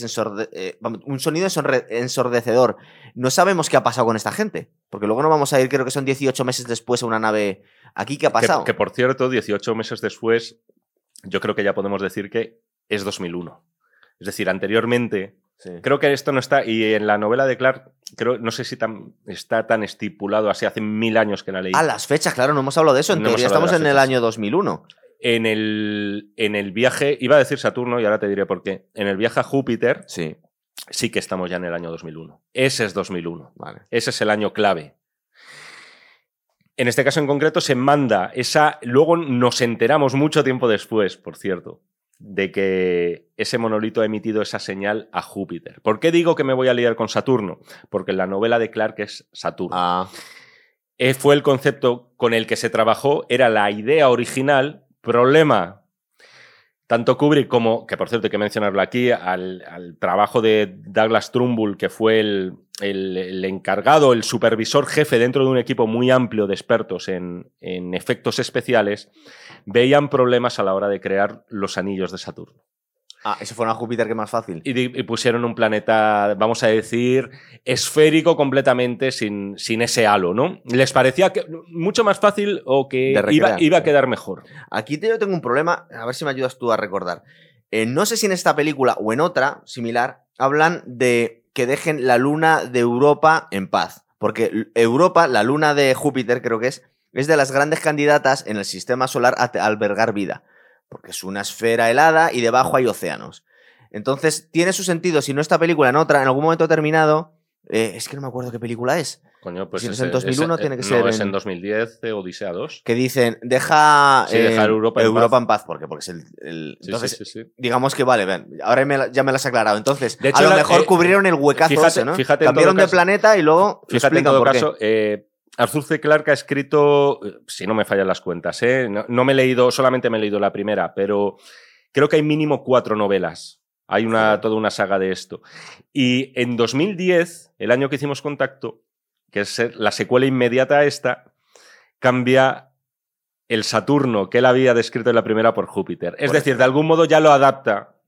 un sonido ensordecedor. No sabemos qué ha pasado con esta gente, porque luego no vamos a ir, creo que son 18 meses después a una nave aquí. ¿Qué ha pasado? Que por cierto, 18 meses después, yo creo que ya podemos decir que es 2001. Es decir, anteriormente... Sí. Creo que esto no está, y en la novela de Clarke, no sé si está tan estipulado así, hace 1000 años que la leí. Las fechas, claro, no hemos hablado de eso, en teoría estamos en el año 2001. En el viaje, iba a decir Saturno y ahora te diré por qué, en el viaje a Júpiter sí que estamos ya en el año 2001. Ese es 2001, vale. Ese es el año clave. En este caso en concreto se manda luego nos enteramos mucho tiempo después, por cierto, de que ese monolito ha emitido esa señal a Júpiter. ¿Por qué digo que me voy a liar con Saturno? Porque en la novela de Clarke es Saturno. Fue el concepto con el que se trabajó, era la idea original. Problema, tanto Kubrick como, que por cierto hay que mencionarlo aquí, al trabajo de Douglas Trumbull, que fue el encargado, el supervisor jefe dentro de un equipo muy amplio de expertos en efectos especiales, veían problemas a la hora de crear los anillos de Saturno. Eso fue a Júpiter, que más fácil. Y pusieron un planeta, vamos a decir, esférico completamente sin ese halo, ¿no? Les parecía que mucho más fácil o que iba a quedar mejor. Aquí yo tengo un problema, a ver si me ayudas tú a recordar. No sé si en esta película o en otra similar hablan de que dejen la luna de Europa en paz. Porque Europa, la luna de Júpiter creo que es de las grandes candidatas en el sistema solar a albergar vida. Porque es una esfera helada y debajo hay océanos. Entonces, tiene su sentido, si no esta película, en otra, en algún momento terminado, es que no me acuerdo qué película es. Coño, pues si es en 2001, tiene que ser. No, es en 2010, Odisea 2. Que dicen, dejar Europa en paz. Porque es entonces, sí. Digamos que vale, ven, ahora ya me lo has aclarado. Entonces, de hecho, a lo mejor cubrieron el huecazo ese, ¿no? Cambiaron de planeta y luego. Fíjate, en todo caso, Arthur C. Clarke ha escrito, si no me fallan las cuentas, no me he leído, solamente me he leído la primera, pero creo que hay mínimo 4 novelas. Hay toda una saga de esto. Y en 2010, el año que hicimos Contacto, que es la secuela inmediata a esta, cambia el Saturno que él había descrito en la primera por Júpiter. Es decir, de algún modo ya lo adapta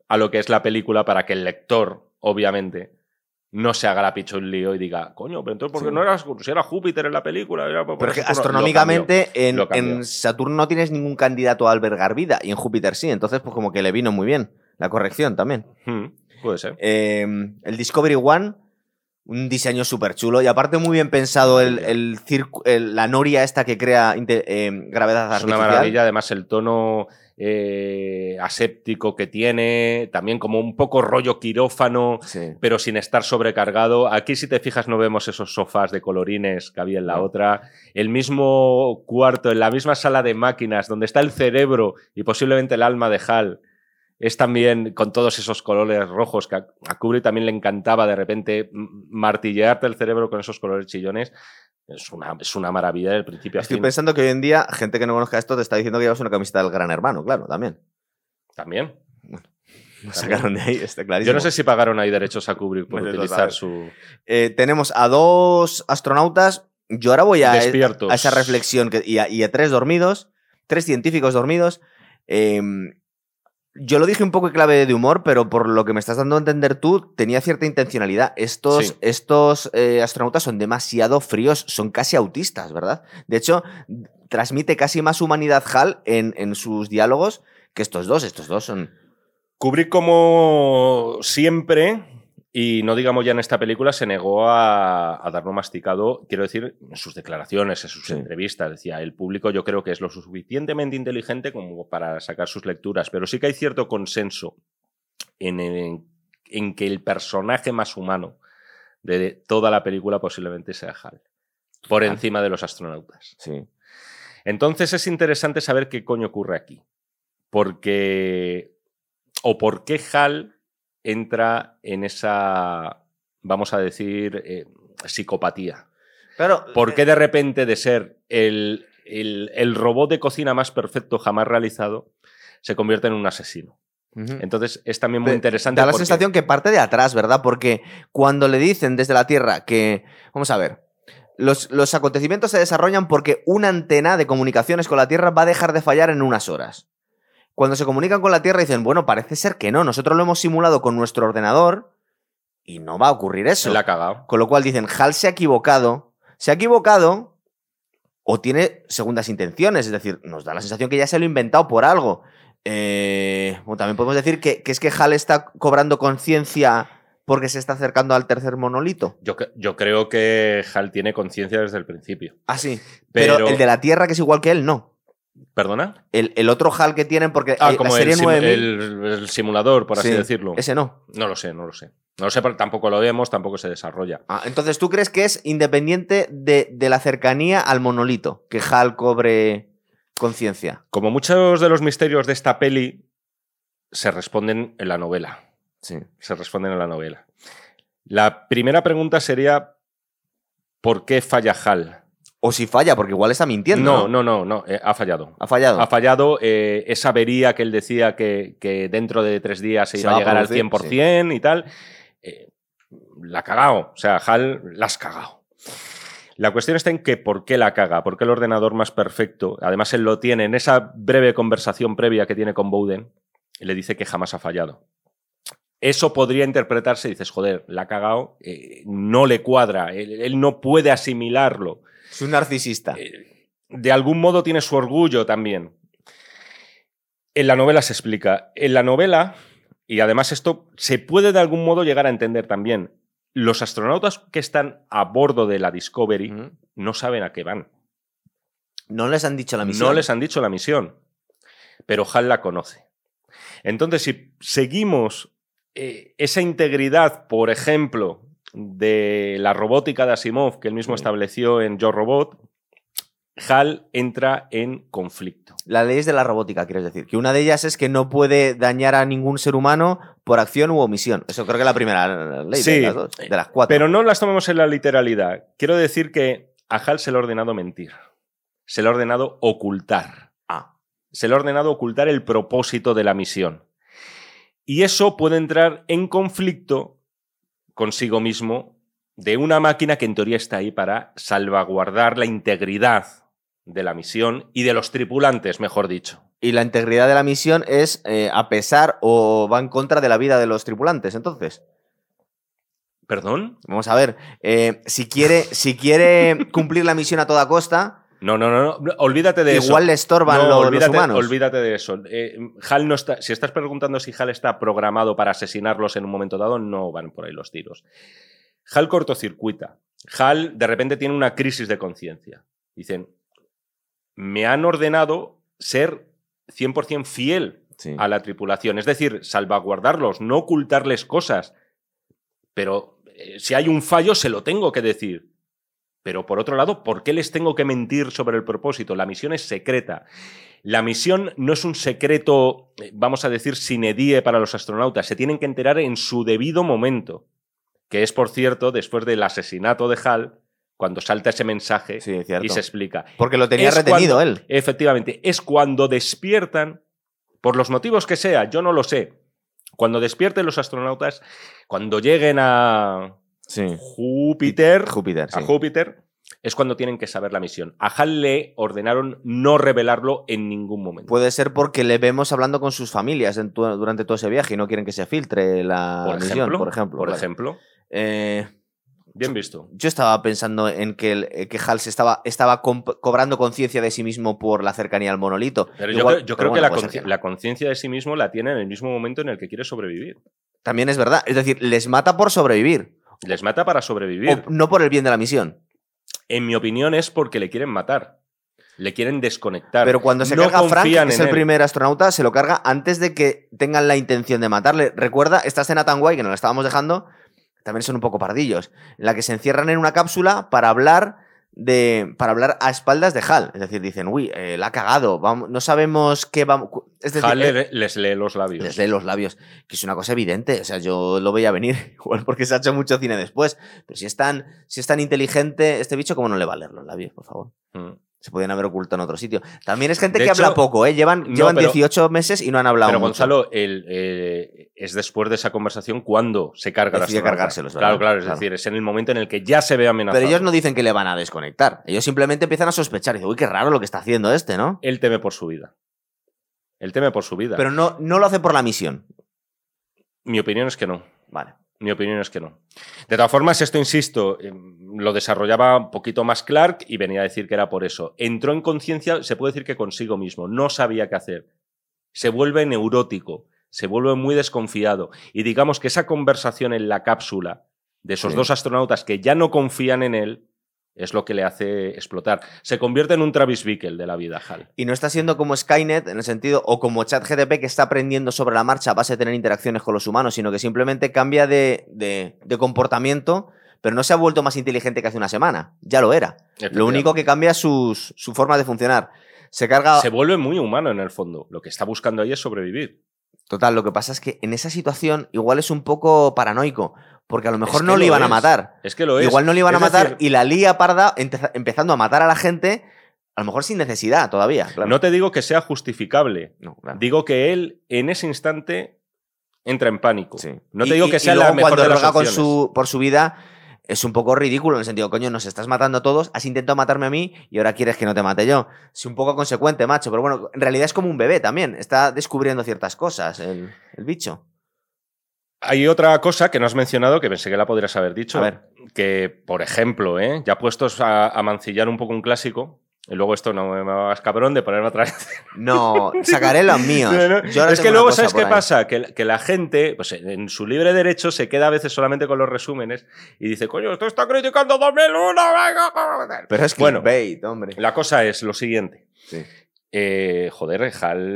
a lo que es la película para que el lector, obviamente, no se haga la picha un lío y diga, coño, pero entonces, ¿por qué no era, si era Júpiter en la película? Pero es que astronómicamente en Saturno no tienes ningún candidato a albergar vida y en Júpiter sí, entonces pues como que le vino muy bien la corrección también. Puede ser. El Discovery One, un diseño súper chulo y aparte muy bien pensado la noria esta que crea gravedad artificial. Es una maravilla, además el tono aséptico que tiene, también como un poco rollo quirófano, sí, pero sin estar sobrecargado. Aquí, si te fijas, no vemos esos sofás de colorines que había en la otra. El mismo cuarto, en la misma sala de máquinas, donde está el cerebro y posiblemente el alma de Hal, es también con todos esos colores rojos que a Kubrick también le encantaba de repente martillearte el cerebro con esos colores chillones. Es una maravilla del principio a fin. Estoy pensando que hoy en día, gente que no conozca esto te está diciendo que llevas una camiseta del Gran Hermano, claro, también. ¿También? Lo sacaron de ahí, está clarísimo. Yo no sé si pagaron ahí derechos a Kubrick por utilizar su... tenemos a 2 astronautas. Yo ahora voy a esa reflexión y a 3 dormidos, 3 científicos dormidos. Yo lo dije un poco en clave de humor, pero por lo que me estás dando a entender tú, tenía cierta intencionalidad. Estos astronautas son demasiado fríos, son casi autistas, ¿verdad? De hecho, transmite casi más humanidad Hal en sus diálogos que estos dos. Estos dos son... Kubrick, como siempre, y no digamos ya en esta película, se negó a darlo masticado, quiero decir, en sus declaraciones, en sus entrevistas. Decía, el público yo creo que es lo suficientemente inteligente como para sacar sus lecturas, pero sí que hay cierto consenso en que el personaje más humano de toda la película posiblemente sea Hal, por encima de los astronautas. Sí. Entonces es interesante saber qué coño ocurre aquí, porque... o por qué Hal entra en esa, vamos a decir, psicopatía. Claro, ¿Por qué de repente de ser el robot de cocina más perfecto jamás realizado se convierte en un asesino? Entonces es también muy interesante. Da la sensación que parte de atrás, ¿verdad? Porque cuando le dicen desde la Tierra que... Vamos a ver. Los acontecimientos se desarrollan porque una antena de comunicaciones con la Tierra va a dejar de fallar en unas horas. Cuando se comunican con la Tierra dicen, bueno, parece ser que no, nosotros lo hemos simulado con nuestro ordenador y no va a ocurrir eso. Se la ha cagado. Con lo cual dicen, Hal se ha equivocado o tiene segundas intenciones, es decir, nos da la sensación que ya se lo ha inventado por algo. Bueno, también podemos decir que es que Hal está cobrando conciencia porque se está acercando al tercer monolito. Yo creo que Hal tiene conciencia desde el principio. Ah, sí. Pero el de la Tierra, que es igual que él, no. ¿Perdona? El otro HAL que tienen, porque como la serie 9000... el simulador, por así decirlo. Ese no. No lo sé. No lo sé, pero tampoco lo vemos, tampoco se desarrolla. Entonces, ¿tú crees que es independiente de la cercanía al monolito? Que HAL cobre conciencia. Como muchos de los misterios de esta peli se responden en la novela. Sí. Se responden en la novela. La primera pregunta sería, ¿por qué falla HAL? O si falla, porque igual está mintiendo. No, ha fallado. ¿Ha fallado? Ha fallado esa avería que él decía que dentro de 3 días se iba a llegar al 100% y tal. La ha cagado. O sea, HAL la has cagado. La cuestión está en que ¿por qué la caga? ¿Por qué el ordenador más perfecto? Además, él lo tiene en esa breve conversación previa que tiene con Bowden. Le dice que jamás ha fallado. Eso podría interpretarse, dices, joder, la ha cagado, no le cuadra, él no puede asimilarlo. Es un narcisista. De algún modo tiene su orgullo también. En la novela se explica. En la novela, y además esto se puede de algún modo llegar a entender también, los astronautas que están a bordo de la Discovery no saben a qué van. No les han dicho la misión. No les han dicho la misión, pero HAL la conoce. Entonces, si seguimos esa integridad, por ejemplo, de la robótica de Asimov, que él mismo estableció en Yo Robot, HAL entra en conflicto. Las leyes de la robótica, quieres decir. Que una de ellas es que no puede dañar a ningún ser humano por acción u omisión. Eso creo que es la primera ley de las dos, de las 4. Pero no las tomemos en la literalidad. Quiero decir que a HAL se le ha ordenado mentir. Se le ha ordenado ocultar. Se le ha ordenado ocultar el propósito de la misión. Y eso puede entrar en conflicto consigo mismo de una máquina que en teoría está ahí para salvaguardar la integridad de la misión y de los tripulantes, mejor dicho. Y la integridad de la misión es a pesar o va en contra de la vida de los tripulantes, entonces. ¿Perdón? Vamos a ver, si quiere cumplir la misión a toda costa... No, olvídate de eso. Igual le estorban los humanos. Olvídate de eso. HAL no está. Si estás preguntando si HAL está programado para asesinarlos en un momento dado, no van por ahí los tiros. HAL cortocircuita. HAL de repente tiene una crisis de conciencia. Dicen, me han ordenado ser 100% fiel a la tripulación. Es decir, salvaguardarlos, no ocultarles cosas. Pero si hay un fallo, se lo tengo que decir. Pero por otro lado, ¿por qué les tengo que mentir sobre el propósito? La misión es secreta. La misión no es un secreto, vamos a decir, sine die para los astronautas. Se tienen que enterar en su debido momento. Que es, por cierto, después del asesinato de HAL, cuando salta ese mensaje y se explica. Porque lo tenía retenido él. Efectivamente. Es cuando despiertan, por los motivos que sea, yo no lo sé. Cuando despierten los astronautas, cuando lleguen a... Júpiter, es cuando tienen que saber la misión. A HAL le ordenaron no revelarlo en ningún momento. Puede ser porque le vemos hablando con sus familias durante todo ese viaje y no quieren que se filtre la misión, por ejemplo. Por ejemplo. Bien visto. Yo estaba pensando en que HAL se estaba cobrando conciencia de sí mismo por la cercanía al monolito. Pero yo creo que la conciencia de sí mismo la tiene en el mismo momento en el que quiere sobrevivir. También es verdad. Es decir, les mata por sobrevivir. Les mata para sobrevivir. O no por el bien de la misión. En mi opinión es porque le quieren matar. Le quieren desconectar. Pero cuando se carga Frank, que es el primer astronauta, se lo carga antes de que tengan la intención de matarle. Recuerda esta escena tan guay que nos la estábamos dejando, también son un poco pardillos, en la que se encierran en una cápsula para hablar a espaldas de HAL. Es decir, dicen, uy, la ha cagado, no sabemos qué vamos... Es decir, HAL les lee los labios. Les lee los labios, que es una cosa evidente. O sea, yo lo veía venir, igual porque se ha hecho mucho cine después. Pero si es tan inteligente este bicho, ¿cómo no le va a leer los labios, por favor? Se podían haber ocultado en otro sitio. También es gente que habla poco, ¿eh? Llevan 18 meses y no han hablado pero mucho. Gonzalo, es después de esa conversación cuando se carga Decide cargárselos, ¿verdad? Claro, es decir, es en el momento en el que ya se ve amenazado. Pero ellos no dicen que le van a desconectar. Ellos simplemente empiezan a sospechar. Y dicen, uy, qué raro lo que está haciendo este, ¿no? Él teme por su vida. Pero no lo hace por la misión. Mi opinión es que no. Vale. Mi opinión es que no. De todas formas, esto, insisto, lo desarrollaba un poquito más Clark y venía a decir que era por eso. Entró en conciencia, se puede decir que consigo mismo, no sabía qué hacer. Se vuelve neurótico, se vuelve muy desconfiado. Y digamos que esa conversación en la cápsula de esos dos astronautas que ya no confían en él es lo que le hace explotar. Se convierte en un Travis Bickle de la vida, HAL. Y no está siendo como Skynet, en el sentido, o como ChatGPT, que está aprendiendo sobre la marcha a base de tener interacciones con los humanos, sino que simplemente cambia de comportamiento, pero no se ha vuelto más inteligente que hace una semana. Ya lo era. Lo único que cambia es su forma de funcionar. Se vuelve muy humano en el fondo. Lo que está buscando ahí es sobrevivir. Total, lo que pasa es que en esa situación igual es un poco paranoico. Porque a lo mejor no le iban a matar. Es que lo es. Igual no le iban a matar y la lía parda empezando a matar a la gente, a lo mejor sin necesidad todavía. Claro. No te digo que sea justificable. No, claro. Digo que él en ese instante entra en pánico. Sí. No te digo que sea la mejor de las opciones. Cuando ruega por su vida es un poco ridículo en el sentido, coño, nos estás matando a todos, has intentado matarme a mí y ahora quieres que no te mate yo. Es un poco consecuente, macho. Pero bueno, en realidad es como un bebé también. Está descubriendo ciertas cosas el bicho. Hay otra cosa que no has mencionado que pensé que la podrías haber dicho. A ver. Que, por ejemplo, ya puestos a mancillar un poco un clásico, y luego esto no me hagas cabrón de ponerme otra vez. No, sacaré los míos. Es que luego, ¿sabes qué pasa? Que la gente, pues en su libre derecho, se queda a veces solamente con los resúmenes y dice, coño, esto está criticando 2001. Pero es clickbait, hombre. La cosa es lo siguiente. Sí. Joder,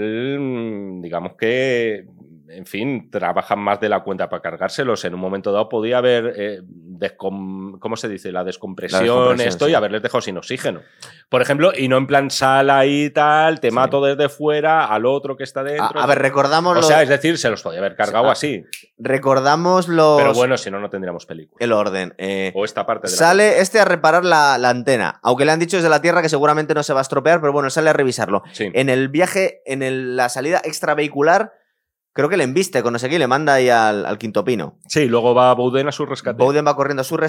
HAL, digamos que, en fin, trabajan más de la cuenta para cargárselos. En un momento dado podía haber, ¿cómo se dice? La descompresión, esto, sí. Y haberles dejado sin oxígeno. Por ejemplo, y no en plan sal ahí y tal, te mato desde fuera al otro que está dentro. A ver, recordamos O sea, es decir, se los podía haber cargado así. Recordamos los... Pero bueno, si no, no tendríamos película. El orden. O esta parte de sale a reparar la antena. Aunque le han dicho desde la Tierra que seguramente no se va a estropear, pero bueno, sale a revisarlo. Sí. En el viaje, la salida extravehicular, creo que le embiste con no sé qué y le manda ahí al Quinto Pino. Sí, luego va Bowden a su rescate. Bowden va corriendo a su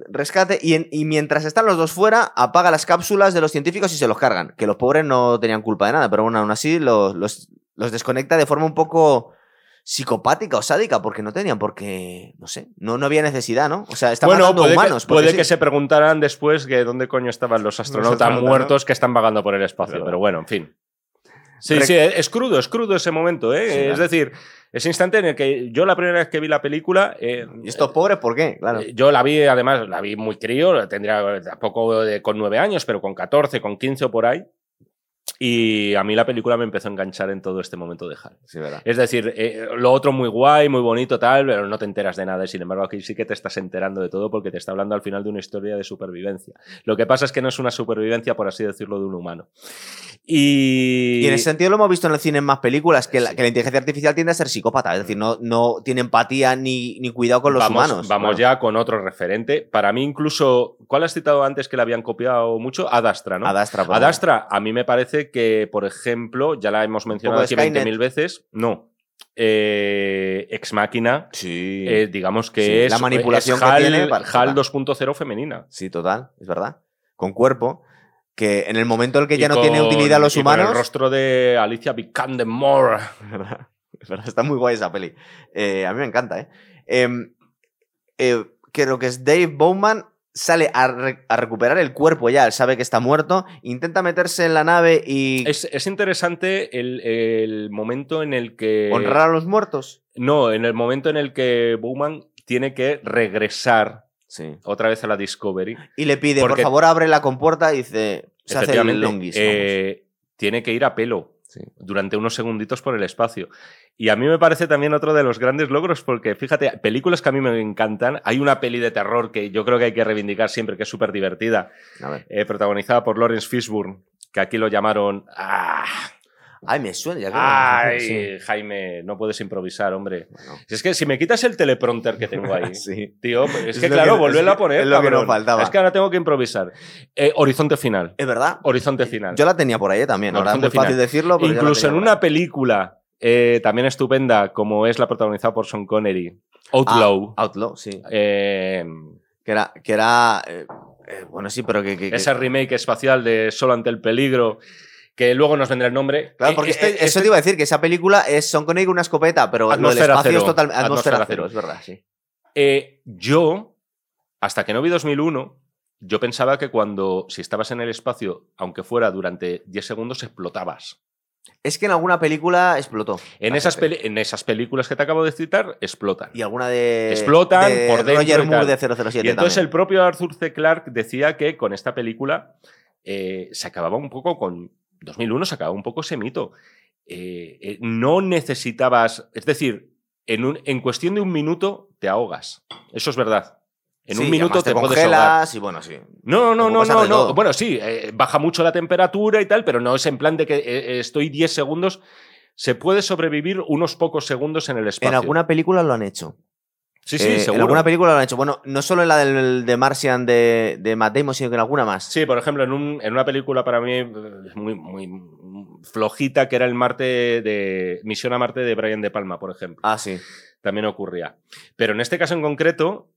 rescate y mientras están los dos fuera, apaga las cápsulas de los científicos y se los cargan. Que los pobres no tenían culpa de nada, pero bueno, aún así los desconecta de forma un poco psicopática o sádica, porque no tenían por qué, no sé, no había necesidad, ¿no? O sea, están matando humanos. Puede que se preguntaran después que dónde coño estaban los astronautas muertos, ¿no?, que están vagando por el espacio, pero bueno, en fin. Sí, es crudo ese momento, ¿eh? Sí, es decir, ese instante en el que yo la primera vez que vi la película... ¿Y estos pobres por qué? Claro. Yo la vi, además, la vi muy crío, tendría tampoco con 9 años, pero con 14, con 15 o por ahí. Y a mí la película me empezó a enganchar en todo este momento de Hal. Sí, ¿verdad? Es decir, lo otro muy guay, muy bonito, tal, pero no te enteras de nada. Y sin embargo, aquí sí que te estás enterando de todo porque te está hablando al final de una historia de supervivencia. Lo que pasa es que no es una supervivencia, por así decirlo, de un humano. Y en ese sentido lo hemos visto en el cine en más películas, que la inteligencia artificial tiende a ser psicópata. Es decir, no tiene empatía ni cuidado con los humanos. Vamos ya con otro referente. Para mí incluso, ¿cuál has citado antes que le habían copiado mucho? Ad Astra, ¿no? Ad Astra, Ad Astra, a mí me parece que, por ejemplo, ya la hemos mencionado aquí 20.000 veces. No. Ex Machina, sí. Digamos que es la manipulación es HAL, que tiene HAL 2.0 femenina. Sí, total, es verdad. Con cuerpo, que en el momento en el que ya no tiene utilidad los humanos... Con el rostro de Alicia Vikander-Moore. Es verdad, está muy guay esa peli. A mí me encanta, creo que es Dave Bowman, sale a recuperar el cuerpo ya, él sabe que está muerto, intenta meterse en la nave y... Es interesante el momento en el que... ¿Honrar a los muertos? No, en el momento en el que Bowman tiene que regresar otra vez a la Discovery. Y le pide, por favor, abre la compuerta y dice... Se hace el longis. Tiene que ir a pelo. Sí. Durante unos segunditos por el espacio. Y a mí me parece también otro de los grandes logros porque, fíjate, películas que a mí me encantan. Hay una peli de terror que yo creo que hay que reivindicar siempre, que es súper divertida, protagonizada por Lawrence Fishburne, que aquí lo llamaron... Ay, me suena. Ya Ay, sí. Jaime, no puedes improvisar, hombre. Bueno. Es que si me quitas el teleprompter que tengo ahí, tío, es que claro, volverlo a poner. Es lo que nos faltaba. Es que ahora tengo que improvisar. Horizonte Final. ¿Es verdad? Horizonte Final. Yo la tenía por ahí también. Ahora es muy fácil decirlo. Pero incluso en una película también estupenda, como es la protagonizada por Sean Connery, Outlaw. Outlaw, sí. Que era bueno, sí, pero que... Esa remake espacial de Solo ante el peligro... Que luego nos vendrá el nombre. Claro, porque eso te iba a decir, que esa película es Sean Connery con una escopeta, pero lo del espacio es totalmente... Atmósfera cero, es verdad, sí. Yo, hasta que no vi 2001, yo pensaba que si estabas en el espacio, aunque fuera durante 10 segundos, explotabas. Es que en alguna película explotó. En esas películas que te acabo de citar, explotan. Y alguna de... Explotan por dentro. Roger Moore de 007 y entonces también. El propio Arthur C. Clarke decía que con esta película se acababa un poco con... 2001 se acababa un poco ese mito. No necesitabas... Es decir, en cuestión de un minuto te ahogas. Eso es verdad. En un minuto te puedes ahogar. Y bueno, sí. No. Bueno, sí, baja mucho la temperatura y tal, pero no es en plan de que estoy 10 segundos. Se puede sobrevivir unos pocos segundos en el espacio. En alguna película lo han hecho. Sí, seguro. En alguna película lo han hecho. Bueno, no solo en la de Martian de Matt Damon, sino que en alguna más. Sí, por ejemplo, en una película para mí muy flojita, que era el Misión a Marte de Brian De Palma, por ejemplo. Ah, sí. También ocurría. Pero en este caso en concreto,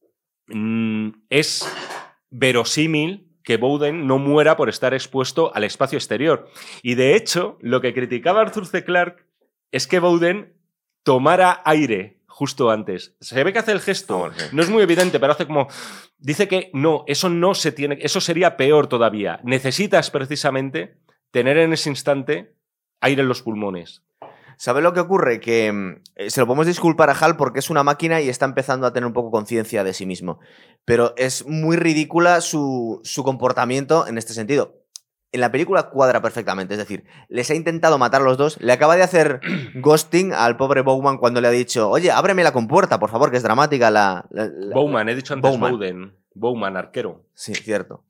es verosímil que Bowden no muera por estar expuesto al espacio exterior. Y de hecho, lo que criticaba Arthur C. Clarke es que Bowden tomara aire justo antes. Se ve que hace el gesto. No es muy evidente, pero hace como... Dice que no, eso no se tiene... Eso sería peor todavía. Necesitas precisamente tener en ese instante aire en los pulmones. ¿Sabes lo que ocurre? Que se lo podemos disculpar a Hal porque es una máquina y está empezando a tener un poco conciencia de sí mismo. Pero es muy ridícula su comportamiento en este sentido. En la película cuadra perfectamente, es decir, les ha intentado matar a los dos, le acaba de hacer ghosting al pobre Bowman cuando le ha dicho, oye, ábreme la compuerta, por favor, que es dramática la Bowman, he dicho antes Bowden. Bowman, arquero. Sí, cierto.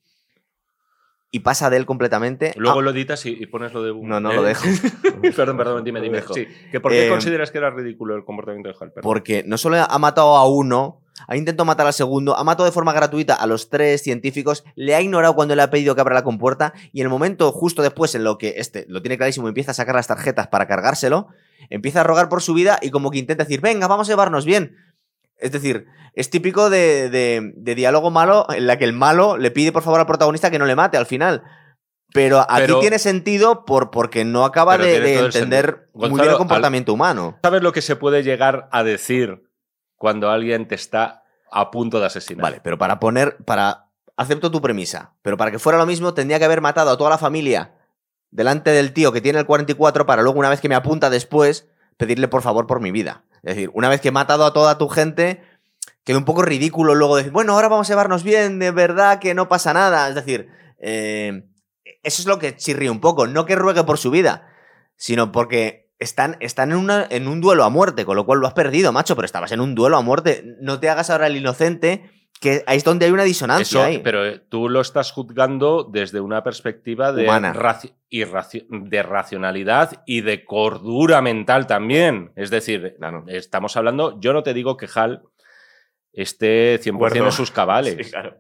Y pasa de él completamente. Luego lo editas y pones lo de... No, lo dejo. Perdón, dime. Sí. ¿Por qué consideras que era ridículo el comportamiento de Hal? Perdón. Porque no solo ha matado a uno, ha intentado matar al segundo, ha matado de forma gratuita a los 3 científicos, le ha ignorado cuando le ha pedido que abra la compuerta y en el momento justo después en lo que lo tiene clarísimo, empieza a sacar las tarjetas para cargárselo, empieza a rogar por su vida y como que intenta decir, venga, vamos a llevarnos bien. Es decir, es típico de diálogo malo en la que el malo le pide por favor al protagonista que no le mate al final. Pero aquí tiene sentido porque no acaba de entender muy bien el comportamiento humano. ¿Sabes lo que se puede llegar a decir cuando alguien te está a punto de asesinar? Vale, pero acepto tu premisa, pero para que fuera lo mismo tendría que haber matado a toda la familia delante del tío que tiene el 44 para luego, una vez que me apunta después, pedirle por favor por mi vida. Es decir, una vez que he matado a toda tu gente, queda un poco ridículo luego decir, bueno, ahora vamos a llevarnos bien, de verdad que no pasa nada. Es decir, eso es lo que chirría un poco. No que ruegue por su vida, sino porque están en un duelo a muerte, con lo cual lo has perdido, macho, pero estabas en un duelo a muerte. No te hagas ahora el inocente, que ahí es donde hay una disonancia. Pero tú lo estás juzgando desde una perspectiva de de racionalidad y de cordura mental también. Es decir, estamos hablando, yo no te digo que Hal esté 100% en sus cabales, sí, claro.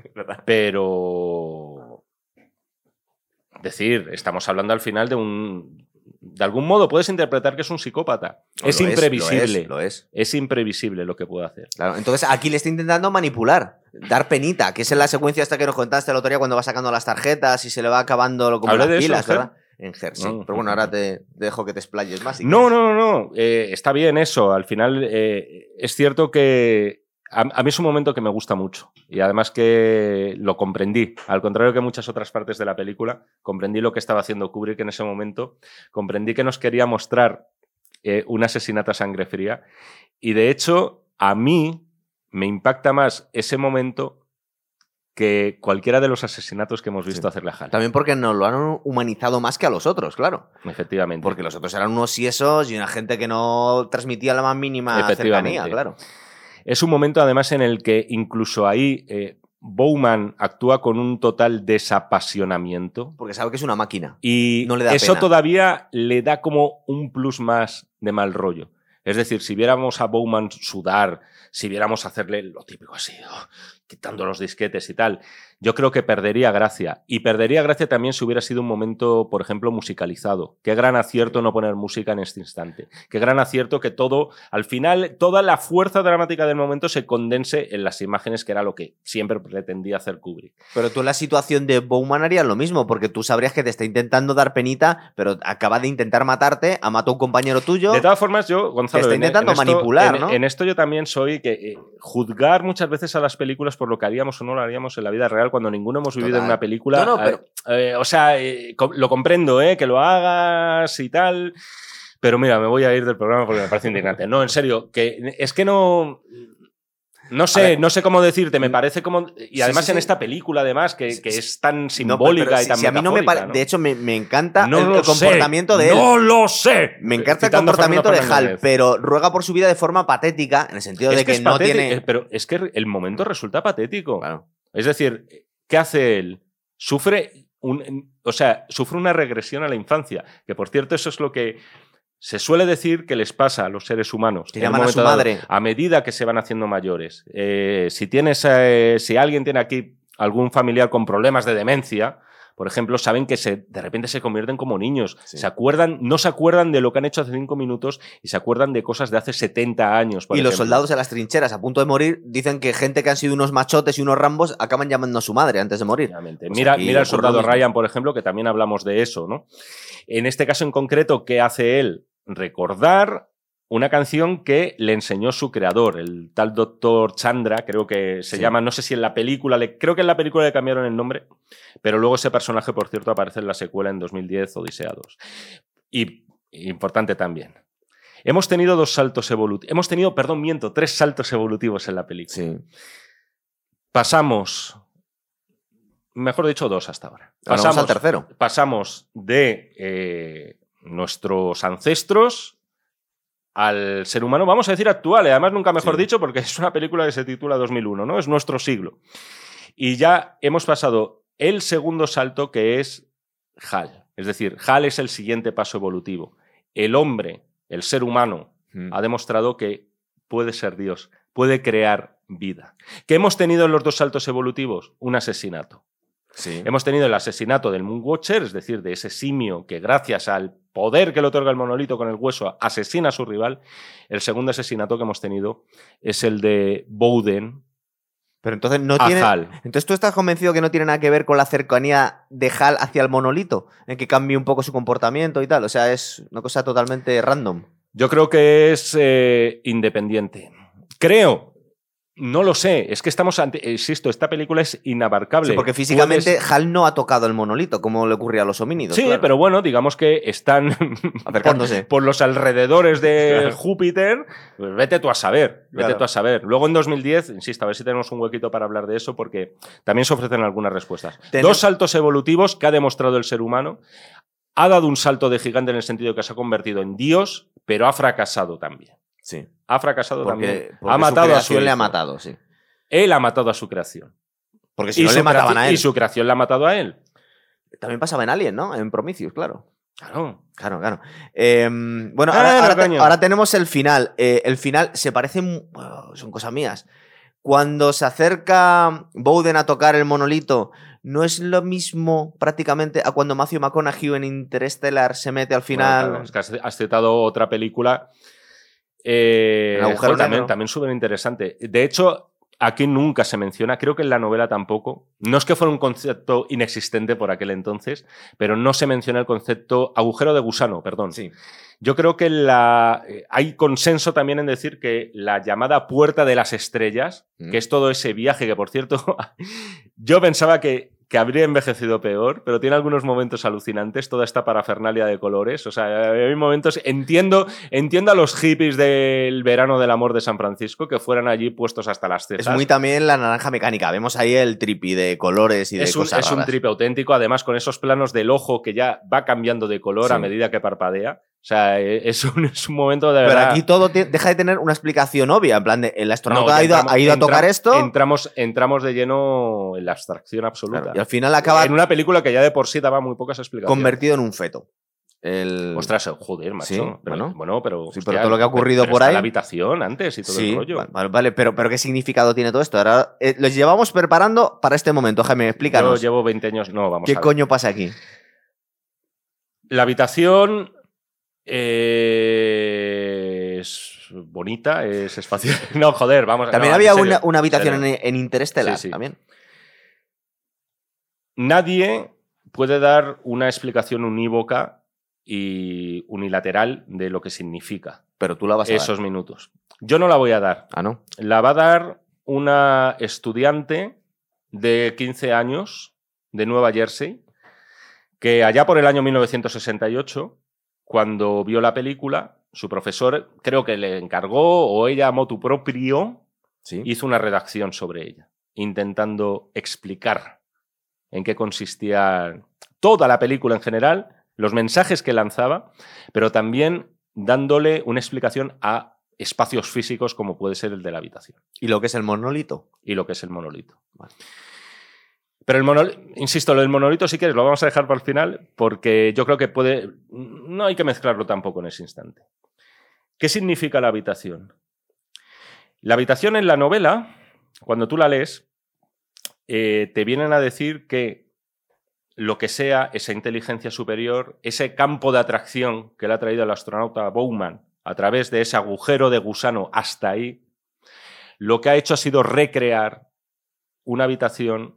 Pero decir, estamos hablando al final de algún modo puedes interpretar que es un psicópata. Es imprevisible. Lo es. Es imprevisible lo que puede hacer. Claro, entonces aquí le está intentando manipular, dar penita, que es en la secuencia esta que nos contaste el otro día cuando va sacando las tarjetas y se le va acabando como las pilas, ¿verdad? En Her, sí. Pero bueno, ahora te dejo que te explayes más. No. Está bien eso. Al final es cierto que a mí es un momento que me gusta mucho y además que lo comprendí. Al contrario que muchas otras partes de la película, comprendí lo que estaba haciendo Kubrick en ese momento, comprendí que nos quería mostrar un asesinato a sangre fría y de hecho a mí me impacta más ese momento que cualquiera de los asesinatos que hemos visto hacerle a Hal. También porque nos lo han humanizado más que a los otros, claro. Efectivamente. Porque los otros eran unos siesos y una gente que no transmitía la más mínima cercanía, claro. Es un momento, además, en el que incluso ahí Bowman actúa con un total desapasionamiento. Porque sabe que es una máquina. Y no le da eso pena. Todavía le da como un plus más de mal rollo. Es decir, si viéramos a Bowman sudar, si viéramos hacerle lo típico así, quitando los disquetes y tal, yo creo que perdería gracia. Y perdería gracia también si hubiera sido un momento, por ejemplo, musicalizado. Qué gran acierto no poner música en este instante. Qué gran acierto que todo, al final, toda la fuerza dramática del momento se condense en las imágenes, que era lo que siempre pretendía hacer Kubrick. Pero tú en la situación de Bowman harías lo mismo, porque tú sabrías que te está intentando dar penita, pero acaba de intentar matarte, ha matado a un compañero tuyo. De todas formas, yo, Gonzalo, te está intentando manipular, ¿no? En esto yo también soy que juzgar muchas veces a las películas por lo que haríamos o no lo haríamos en la vida real cuando ninguno hemos vivido en una película. Lo comprendo, que lo hagas y tal. Pero mira, me voy a ir del programa porque me parece indignante. No, en serio, que es que no sé cómo decirte, me parece como... Y además en esta película, además, que es tan simbólica y tan metafórica, a mí no me parece... ¿no? De hecho, me encanta el comportamiento de él. ¡No lo sé! Me encanta el comportamiento de Hal, pero ruega por su vida de forma patética, en el sentido de que no tiene... Pero es que el momento resulta patético. Claro. Es decir, ¿qué hace él? Sufre una regresión a la infancia, que por cierto eso es lo que se suele decir que les pasa a los seres humanos. Que llaman a su madre. A medida que se van haciendo mayores. Si alguien tiene aquí algún familiar con problemas de demencia, por ejemplo, saben que de repente se convierten como niños. Sí. No se acuerdan de lo que han hecho hace 5 minutos y se acuerdan de cosas de hace 70 años. Los soldados en las trincheras, a punto de morir, dicen que gente que han sido unos machotes y unos rambos acaban llamando a su madre antes de morir. Pues mira el soldado Ryan, por ejemplo, que también hablamos de eso, ¿no? En este caso en concreto, ¿qué hace él? Recordar una canción que le enseñó su creador, el tal Dr. Chandra, creo que se llama, no sé si en la película, creo que en la película le cambiaron el nombre, pero luego ese personaje, por cierto, aparece en la secuela en 2010, Odisea 2. Y importante también. Hemos tenido 3 saltos evolutivos en la película. Sí. Pasamos, mejor dicho, 2 hasta ahora. Pasamos al tercero. Pasamos de nuestros ancestros al ser humano, vamos a decir actual, y además nunca mejor dicho, porque es una película que se titula 2001, ¿no? Es nuestro siglo. Y ya hemos pasado el segundo salto, que es Hal. Es decir, Hal es el siguiente paso evolutivo. El hombre, el ser humano, ha demostrado que puede ser Dios, puede crear vida. ¿Qué hemos tenido en los 2 saltos evolutivos? Un asesinato. Sí. Hemos tenido el asesinato del Moonwatcher, es decir, de ese simio que gracias al poder que le otorga el monolito con el hueso asesina a su rival. El segundo asesinato que hemos tenido es el de Bowden. Pero entonces no tiene. Hal. Entonces tú estás convencido que no tiene nada que ver con la cercanía de Hal hacia el monolito, en que cambie un poco su comportamiento y tal. O sea, es una cosa totalmente random. Yo creo que es independiente. Creo. No lo sé, es que estamos ante. Insisto, esta película es inabarcable. Sí, porque físicamente Hal no ha tocado el monolito, como le ocurría a los homínidos. Sí, claro. Pero bueno, digamos que están acercándose por los alrededores de claro. Júpiter. Pues vete tú a saber, vete claro. tú a saber. Luego en 2010, insisto, a ver si tenemos un huequito para hablar de eso, porque también se ofrecen algunas respuestas. Dos saltos evolutivos que ha demostrado el ser humano. Ha dado un salto de gigante en el sentido que se ha convertido en Dios, pero ha fracasado también. Sí. Ha fracasado también. Porque ha matado a su hijo. Le ha matado, sí. Él ha matado a su creación. Porque si no le mataban a él. Y su creación le ha matado a él. También pasaba en Alien, ¿no? En Prometheus, claro. Claro. Bueno, ahora tenemos el final. El final se parece... son cosas mías. Cuando se acerca Bowden a tocar el monolito, ¿no es lo mismo prácticamente a cuando Matthew McConaughey en Interstellar se mete al final? Bueno, claro, es que has citado otra película... también súper interesante. De hecho, aquí nunca se menciona, creo que en la novela tampoco. No es que fuera un concepto inexistente por aquel entonces, pero no se menciona el concepto agujero de gusano, perdón. Sí. Yo creo que hay consenso también en decir que la llamada Puerta de las Estrellas, que es todo ese viaje que, por cierto, yo pensaba que habría envejecido peor, pero tiene algunos momentos alucinantes, toda esta parafernalia de colores. O sea, hay momentos... Entiendo a los hippies del verano del amor de San Francisco que fueran allí puestos hasta las cejas. Es muy también la naranja mecánica. Vemos ahí el tripi de colores y de cosas raras. Es un tripi auténtico, además con esos planos del ojo que ya va cambiando de color a medida que parpadea. O sea, es un momento de verdad... Pero aquí todo deja de tener una explicación obvia. En plan, el astronauta ha ido a tocar esto... Entramos de lleno en la abstracción absoluta. Claro, y al final acaba... En una película que ya de por sí daba muy pocas explicaciones. Convertido en un feto. Ostras, joder, macho. Sí, pero todo lo que ha ocurrido por ahí... la habitación antes y todo el rollo. Vale, pero ¿qué significado tiene todo esto? Ahora los llevamos preparando para este momento. Jaime, explícanos. Yo llevo 20 años... No, vamos a ver. ¿Qué coño pasa aquí? La habitación... es bonita, es espaciosa. No, joder, vamos a... También había una habitación en Interstellar. Sí. También. Nadie puede dar una explicación unívoca y unilateral de lo que significa. Pero tú la vas a dar. Esos minutos. Yo no la voy a dar. Ah, ¿no? La va a dar una estudiante de 15 años de Nueva Jersey que allá por el año 1968... Cuando vio la película, su profesor creo que le encargó, o ella a motu proprio, hizo una redacción sobre ella, intentando explicar en qué consistía toda la película en general, los mensajes que lanzaba, pero también dándole una explicación a espacios físicos como puede ser el de la habitación. ¿Y lo que es el monolito? Vale. Pero insisto, lo del monolito, si quieres, lo vamos a dejar para el final, porque yo creo que no hay que mezclarlo tampoco en ese instante. ¿Qué significa la habitación? La habitación en la novela, cuando tú la lees, te vienen a decir que lo que sea esa inteligencia superior, ese campo de atracción que le ha traído el astronauta Bowman a través de ese agujero de gusano hasta ahí, lo que ha hecho ha sido recrear una habitación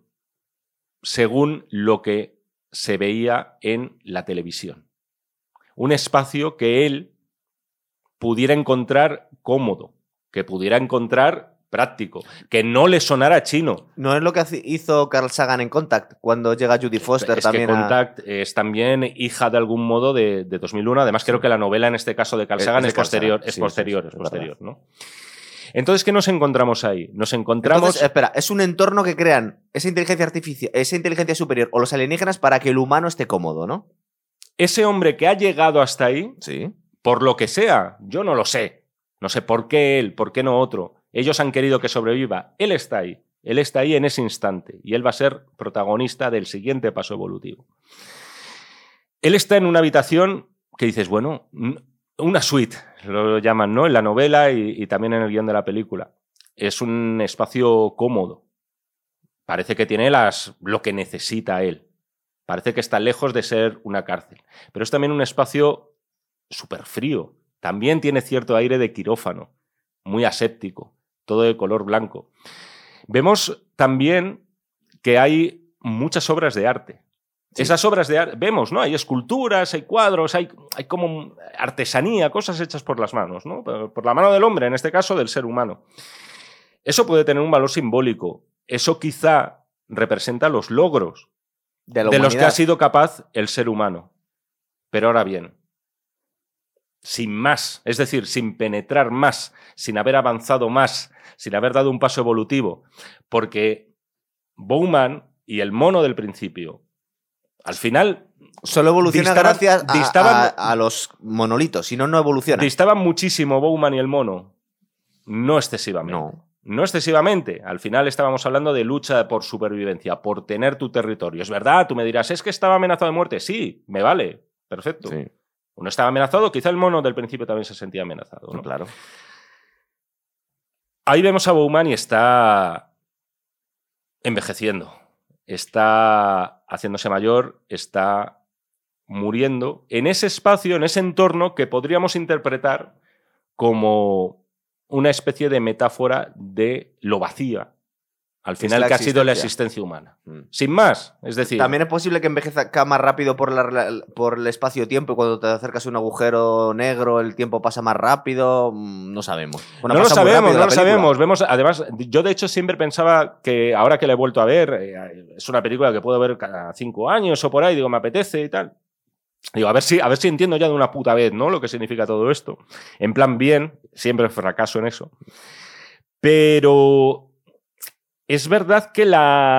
según lo que se veía en la televisión. Un espacio que él pudiera encontrar cómodo, que pudiera encontrar práctico, que no le sonara chino. ¿No es lo que hizo Carl Sagan en Contact, cuando llega Judy Foster es también? Que Contact es también hija de algún modo de 2001. Además, creo que la novela en este caso de Carl Sagan es posterior, ¿no? Entonces, ¿qué nos encontramos ahí? Nos encontramos... Entonces, espera, es un entorno que crean esa inteligencia artificial, esa inteligencia superior o los alienígenas para que el humano esté cómodo, ¿no? Ese hombre que ha llegado hasta ahí, sí, por lo que sea, yo no lo sé. No sé por qué él, por qué no otro. Ellos han querido que sobreviva. Él está ahí en ese instante y él va a ser protagonista del siguiente paso evolutivo. Él está en una habitación que dices, bueno, una suite, lo llaman, ¿no? En la novela y también en el guión de la película. Es un espacio cómodo, Parece que tiene lo que necesita él. Parece que está lejos de ser una cárcel. Pero es también un espacio súper frío. También tiene cierto aire de quirófano, muy aséptico, todo de color blanco. Vemos también que hay muchas obras de arte. Sí. Esas obras de arte, vemos, ¿no? Hay esculturas, hay cuadros, hay como artesanía, cosas hechas por las manos, ¿no? Por la mano del hombre, en este caso del ser humano. Eso puede tener un valor simbólico. Eso quizá representa los logros de los que ha sido capaz el ser humano. Pero ahora bien, sin más, es decir, sin penetrar más, sin haber avanzado más, sin haber dado un paso evolutivo, porque Bowman y el mono del principio, al final... Solo evoluciona gracias a los monolitos, si no, no evoluciona. Distaban muchísimo Bowman y el mono, no excesivamente. No excesivamente. Al final estábamos hablando de lucha por supervivencia, por tener tu territorio. Es verdad, tú me dirás, ¿es que estaba amenazado de muerte? Sí, me vale, perfecto. Sí. Uno estaba amenazado, quizá el mono del principio también se sentía amenazado, ¿no? Claro. Ahí vemos a Bowman y está envejeciendo, está haciéndose mayor, está muriendo en ese espacio, en ese entorno que podríamos interpretar como una especie de metáfora de lo vacía, al final, que ha sido la existencia humana. Sin más, es decir... También es posible que envejezca más rápido por el espacio-tiempo y cuando te acercas a un agujero negro el tiempo pasa más rápido, no sabemos. Bueno, no lo sabemos. Vemos, además, yo de hecho siempre pensaba que ahora que la he vuelto a ver, es una película que puedo ver cada 5 años o por ahí, digo, me apetece y tal. Digo, a ver si entiendo ya de una puta vez, ¿no? Lo que significa todo esto. En plan bien, siempre fracaso en eso. Pero es verdad que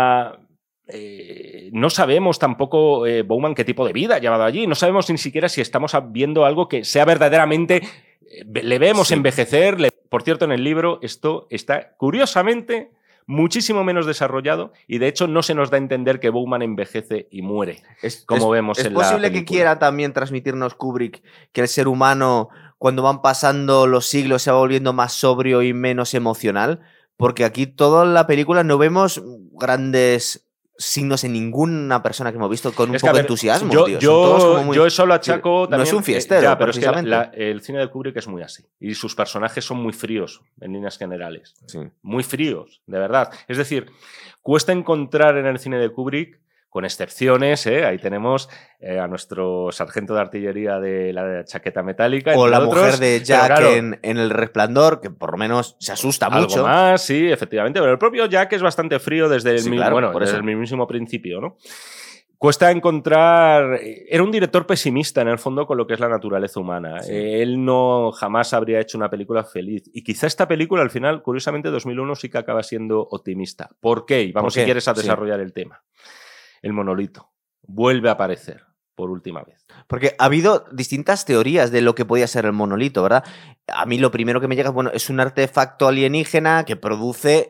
no sabemos tampoco, Bowman, qué tipo de vida ha llevado allí. No sabemos ni siquiera si estamos viendo algo que sea verdaderamente... le vemos envejecer. Por cierto, en el libro esto está, curiosamente... muchísimo menos desarrollado y de hecho no se nos da a entender que Bowman envejece y muere, como vemos en la película. ¿Es posible que quiera también transmitirnos Kubrick que el ser humano, cuando van pasando los siglos, se va volviendo más sobrio y menos emocional? Porque aquí toda la película no vemos grandes signos en ninguna persona que hemos visto con un poco de entusiasmo. Yo eso lo achaco también. No es un fiestero, pero es que el cine de Kubrick es muy así. Y sus personajes son muy fríos, en líneas generales. Sí. Muy fríos, de verdad. Es decir, cuesta encontrar en el cine de Kubrick, con excepciones, ahí tenemos a nuestro sargento de artillería de la chaqueta metálica. O la mujer de Jack, claro, en El Resplandor, que por lo menos se asusta mucho. Algo más, sí, efectivamente. Pero el propio Jack es bastante frío desde el mismísimo principio, ¿no? Cuesta encontrar... Era un director pesimista, en el fondo, con lo que es la naturaleza humana. Sí. Él no jamás habría hecho una película feliz. Y quizá esta película, al final, curiosamente, 2001 sí que acaba siendo optimista. ¿Por qué? Y vamos, si quieres, a desarrollar el tema. El monolito vuelve a aparecer por última vez. Porque ha habido distintas teorías de lo que podía ser el monolito, ¿verdad? A mí lo primero que me llega, bueno, es un artefacto alienígena que produce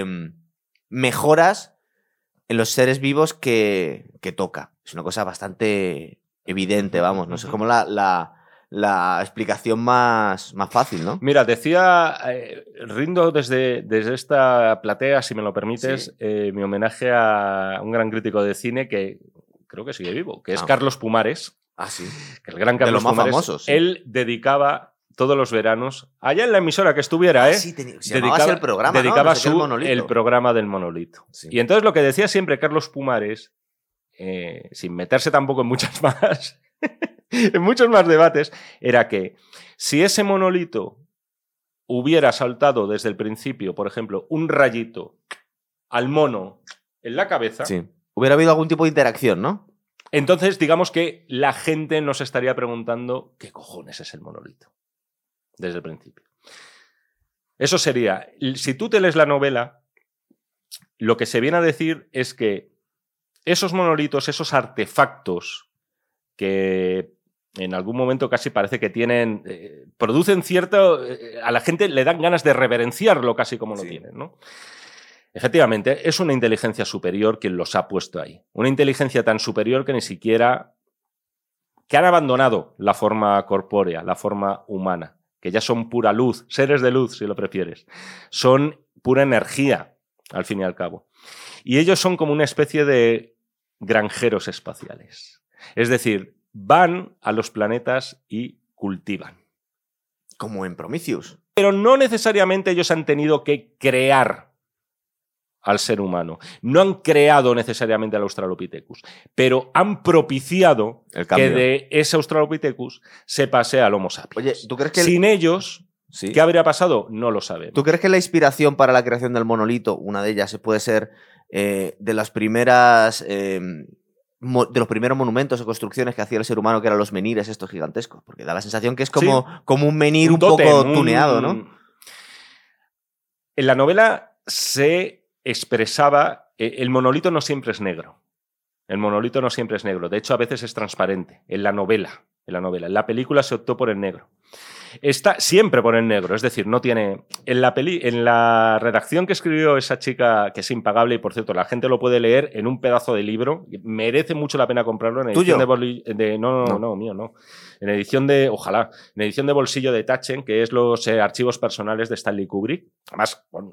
mejoras en los seres vivos que toca. Es una cosa bastante evidente, vamos, no sé, como la explicación más fácil, ¿no? Mira, decía, rindo desde esta platea, si me lo permites, sí, mi homenaje a un gran crítico de cine que creo que sigue vivo, que es Carlos Pumares. Ah, sí. Que el gran Carlos Pumares, famosos, sí. Él dedicaba todos los veranos, allá en la emisora que estuviera, sí, dedicaba el programa, dedicaba el programa del monolito. Sí. Y entonces lo que decía siempre Carlos Pumares, sin meterse tampoco en muchas más... en muchos más debates, era que si ese monolito hubiera saltado desde el principio, por ejemplo, un rayito al mono en la cabeza... Sí. Hubiera habido algún tipo de interacción, ¿no? Entonces, digamos que la gente nos estaría preguntando ¿qué cojones es el monolito? Desde el principio. Eso sería... Si tú te lees la novela, lo que se viene a decir es que esos monolitos, esos artefactos que en algún momento casi parece que tienen, producen cierto, a la gente le dan ganas de reverenciarlo casi como lo tienen, ¿no? Efectivamente, es una inteligencia superior quien los ha puesto ahí. Una inteligencia tan superior que ni siquiera, que han abandonado la forma corpórea, la forma humana, que ya son pura luz, seres de luz si lo prefieres. Son pura energía, al fin y al cabo. Y ellos son como una especie de granjeros espaciales. Es decir, van a los planetas y cultivan. Como en Prometheus. Pero no necesariamente ellos han tenido que crear al ser humano. No han creado necesariamente al Australopithecus, pero han propiciado que de ese Australopithecus se pase al Homo sapiens. Oye, ¿tú crees que sin ellos, ¿sí? ¿Qué habría pasado? No lo sabemos. ¿Tú crees que la inspiración para la creación del monolito, una de ellas, puede ser de las primeras... de los primeros monumentos o construcciones que hacía el ser humano, que eran los menhires estos gigantescos? Porque da la sensación que es como, sí, como un menhir un poco tuneado, ¿no? En la novela se expresaba... el monolito no siempre es negro. El monolito no siempre es negro. De hecho, a veces es transparente. En la novela. En la película se optó por el negro. Está siempre por el negro, es decir, no tiene... En la redacción que escribió esa chica, que es impagable, y por cierto, la gente lo puede leer en un pedazo de libro, merece mucho la pena comprarlo en edición no, mío, no. En edición de, ojalá, en edición de bolsillo de Taschen, que es los archivos personales de Stanley Kubrick. Además, bueno,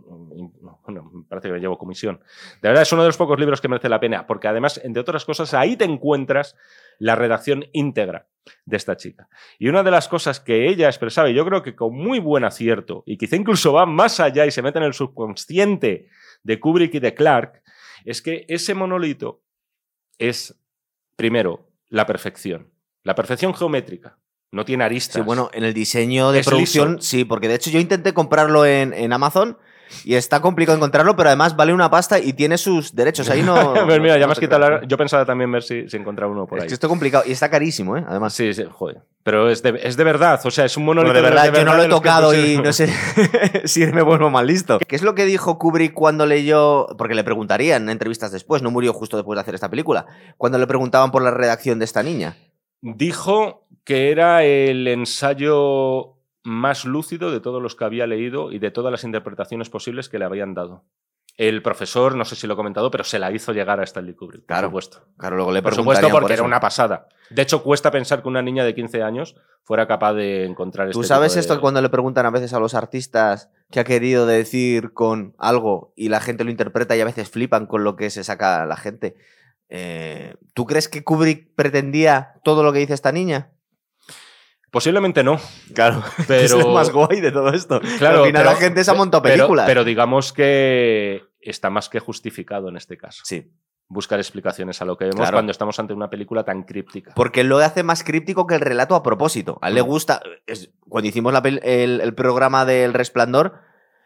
me parece que me llevo comisión. De verdad, es uno de los pocos libros que merece la pena, porque además, entre otras cosas, ahí te encuentras la redacción íntegra de esta chica. Y una de las cosas que ella expresaba, y yo creo que con muy buen acierto, y quizá incluso va más allá y se mete en el subconsciente de Kubrick y de Clarke, es que ese monolito es, primero, la perfección geométrica. No tiene aristas. Sí, bueno, en el diseño de producción, liso. Sí, porque de hecho yo intenté comprarlo en Amazon y está complicado encontrarlo, pero además vale una pasta y tiene sus derechos. Ahí no... Pues mira, ya me has quitado yo pensaba también ver si encontraba uno por ahí. Es que esto es complicado y está carísimo, ¿eh? Además. Sí, joder. Pero es de verdad, o sea, es un monolito bueno, de verdad. Yo no lo he tocado y no sé si me vuelvo mal listo. ¿Qué es lo que dijo Kubrick cuando leyó? Porque le preguntarían en entrevistas después, no murió justo después de hacer esta película, cuando le preguntaban por la redacción de esta niña. Dijo que era el ensayo más lúcido de todos los que había leído y de todas las interpretaciones posibles que le habían dado. El profesor, no sé si lo he comentado, pero se la hizo llegar a Stanley Kubrick, claro, por supuesto. Claro, luego le por supuesto, porque era una pasada. De hecho, cuesta pensar que una niña de 15 años fuera capaz de encontrar ¿Tú sabes esto cuando le preguntan a veces a los artistas qué ha querido decir con algo y la gente lo interpreta y a veces flipan con lo que se saca la gente? ¿Tú crees que Kubrick pretendía todo lo que dice esta niña? Posiblemente no. Claro, pero es lo más guay de todo esto. Claro, al final la gente se ha montado películas. Pero digamos que está más que justificado en este caso. Sí. Buscar explicaciones a lo que vemos cuando estamos ante una película tan críptica. Porque lo hace más críptico que el relato a propósito. A él le gusta... Cuando hicimos el programa del Resplandor,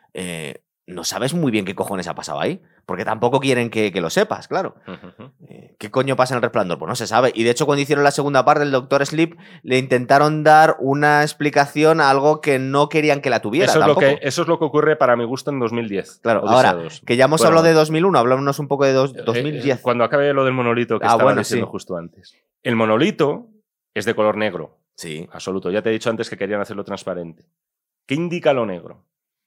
no sabes muy bien qué cojones ha pasado ahí. Porque tampoco quieren que lo sepas, claro. ¿Qué coño pasa en el Resplandor? Pues no se sabe. Y de hecho, cuando hicieron la segunda parte del Dr. Sleep, le intentaron dar una explicación a algo que no querían que la tuviera. Eso es lo que ocurre para mi gusto en 2010. Claro, Odisea ahora, 2. Que ya hemos hablado de 2001, hablámonos un poco de 2010. Cuando acabe lo del monolito que estaba diciendo justo antes. El monolito es de color negro. Sí. Absoluto. Ya te he dicho antes que querían hacerlo transparente. ¿Qué indica lo negro?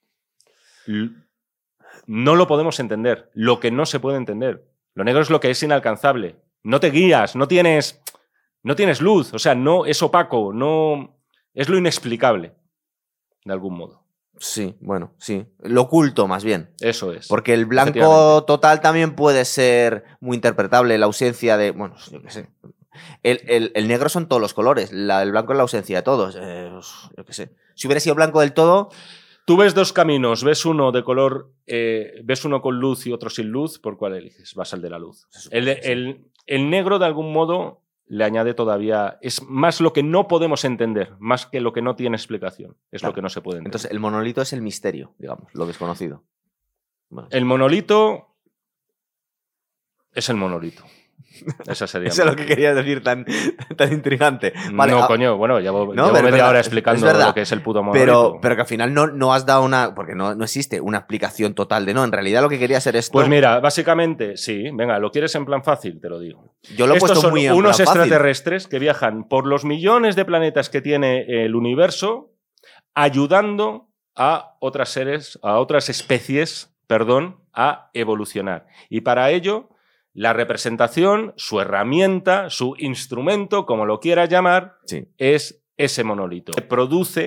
No lo podemos entender. Lo que no se puede entender. Lo negro es lo que es inalcanzable. No te guías, no tienes luz. O sea, no es opaco, no es lo inexplicable, de algún modo. Sí, bueno, sí. Lo oculto, más bien. Eso es. Porque el blanco total también puede ser muy interpretable. La ausencia de... Bueno, yo qué sé. El negro son todos los colores. El blanco es la ausencia de todos. Yo qué sé. Si hubiera sido blanco del todo... Tú ves dos caminos, ves uno de color, ves uno con luz y otro sin luz, ¿por cuál eliges? Vas al de la luz. El negro, de algún modo, le añade todavía... Es más lo que no podemos entender, más que lo que no tiene explicación. Es claro. Lo que no se puede entender. Entonces, el monolito es el misterio, digamos, lo desconocido. Bueno. El monolito es el monolito. Esa sería. Eso es lo que quería decir tan intrigante. Vale, no, coño, bueno, llevo media hora explicando lo que es el puto monolito. Pero que al final no has dado una... Porque no existe una explicación total de no. En realidad lo que quería hacer esto... Pues mira, básicamente, sí. Venga, ¿lo quieres en plan fácil? Te lo digo. Yo lo he puesto muy en plan unos fácil. Extraterrestres que viajan por los millones de planetas que tiene el universo ayudando a otras especies, a evolucionar. Y para ello... La representación, su herramienta, su instrumento, como lo quieras llamar, sí. Es ese monolito. Produce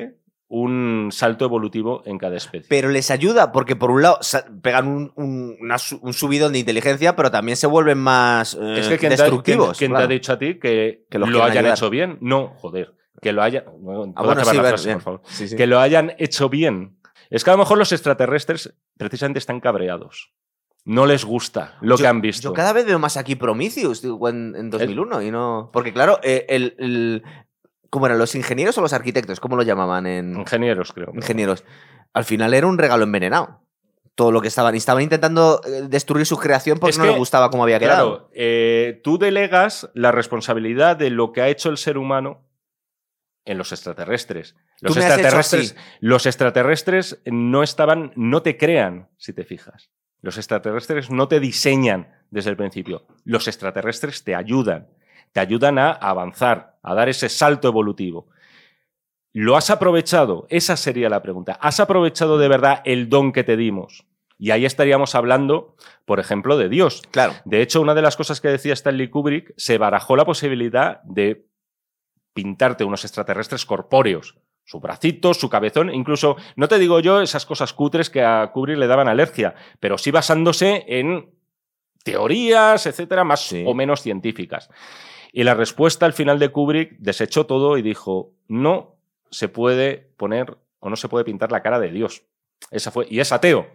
un salto evolutivo en cada especie. Pero les ayuda, porque por un lado pegan un subidón de inteligencia, pero también se vuelven más es que destructivos. ¿Quién te ha dicho a ti que lo hayan hecho bien? No, joder. Que lo hayan... por favor. Sí. Que lo hayan hecho bien. Es que a lo mejor los extraterrestres precisamente están cabreados. No les gusta lo que han visto. Yo cada vez veo más aquí Prometheus en 2001 y no... Porque claro, ¿cómo eran? ¿Los ingenieros o los arquitectos? ¿Cómo lo llamaban? Ingenieros, creo. Ingenieros. Al final era un regalo envenenado. Todo lo que estaban intentando destruir su creación porque no les gustaba cómo había quedado. Claro, tú delegas la responsabilidad de lo que ha hecho el ser humano en los extraterrestres. Los extraterrestres no te crean, si te fijas. Los extraterrestres no te diseñan desde el principio. Los extraterrestres te ayudan a avanzar, a dar ese salto evolutivo. ¿Lo has aprovechado? Esa sería la pregunta. ¿Has aprovechado de verdad el don que te dimos? Y ahí estaríamos hablando, por ejemplo, de Dios. Claro. De hecho, una de las cosas que decía Stanley Kubrick, se barajó la posibilidad de pintarte unos extraterrestres corpóreos. Su bracito, su cabezón, incluso, no te digo yo esas cosas cutres que a Kubrick le daban alergia, pero sí basándose en teorías, etcétera, más o menos científicas. Y la respuesta al final de Kubrick desechó todo y dijo, no se puede poner o no se puede pintar la cara de Dios. Esa fue, y es ateo.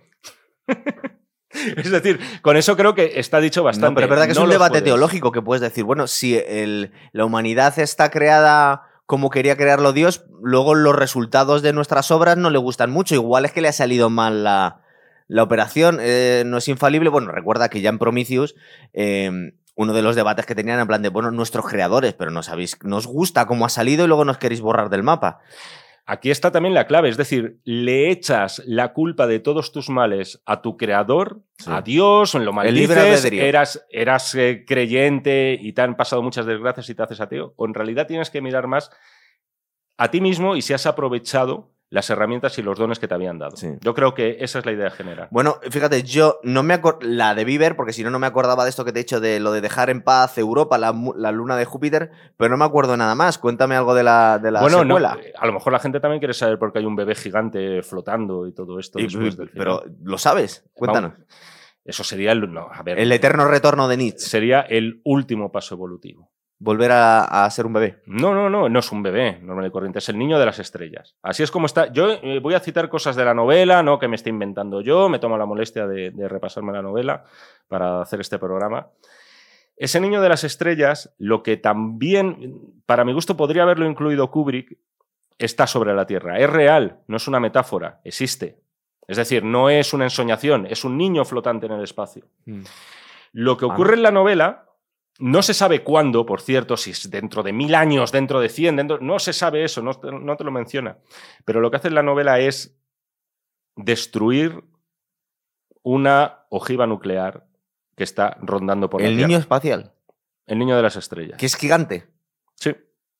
Es decir, con eso creo que está dicho bastante. No, pero es verdad que es un debate teológico que puedes decir, bueno, si la humanidad está creada como quería crearlo Dios, luego los resultados de nuestras obras no le gustan mucho. Igual es que le ha salido mal la operación, no es infalible. Bueno, recuerda que ya en Prometheus uno de los debates que tenían en plan de, bueno, nuestros creadores, pero no os gusta cómo ha salido y luego nos queréis borrar del mapa. Aquí está también la clave, es decir, le echas la culpa de todos tus males a tu creador, a Dios, o en lo maldices, eras creyente y te han pasado muchas desgracias y te haces ateo, o en realidad tienes que mirar más a ti mismo y si has aprovechado las herramientas y los dones que te habían dado. Sí. Yo creo que esa es la idea general. Bueno, fíjate, yo no la debí ver, porque si no, no me acordaba de esto que te he dicho, de lo de dejar en paz Europa, la luna de Júpiter, pero no me acuerdo nada más. Cuéntame algo de la secuela. No, a lo mejor la gente también quiere saber por qué hay un bebé gigante flotando y todo esto. Pero, ¿lo sabes? Cuéntanos. Vamos, eso sería el eterno retorno de Nietzsche. Sería el último paso evolutivo. Volver a ser un bebé. No es un bebé normal y corriente, es el niño de las estrellas. Así es como está. Yo voy a citar cosas de la novela, no que me esté inventando yo, me tomo la molestia de repasarme la novela para hacer este programa. Ese niño de las estrellas, lo que también, para mi gusto, podría haberlo incluido Kubrick, está sobre la Tierra. Es real, no es una metáfora, existe. Es decir, no es una ensoñación, es un niño flotante en el espacio. Lo que ocurre en la novela... No se sabe cuándo, por cierto, si es dentro de 1000 años, dentro de 100, no se sabe eso, no te lo menciona. Pero lo que hace en la novela es destruir una ojiva nuclear que está rondando por la Tierra. ¿El niño espacial? El niño de las estrellas. ¿Que es gigante? Sí.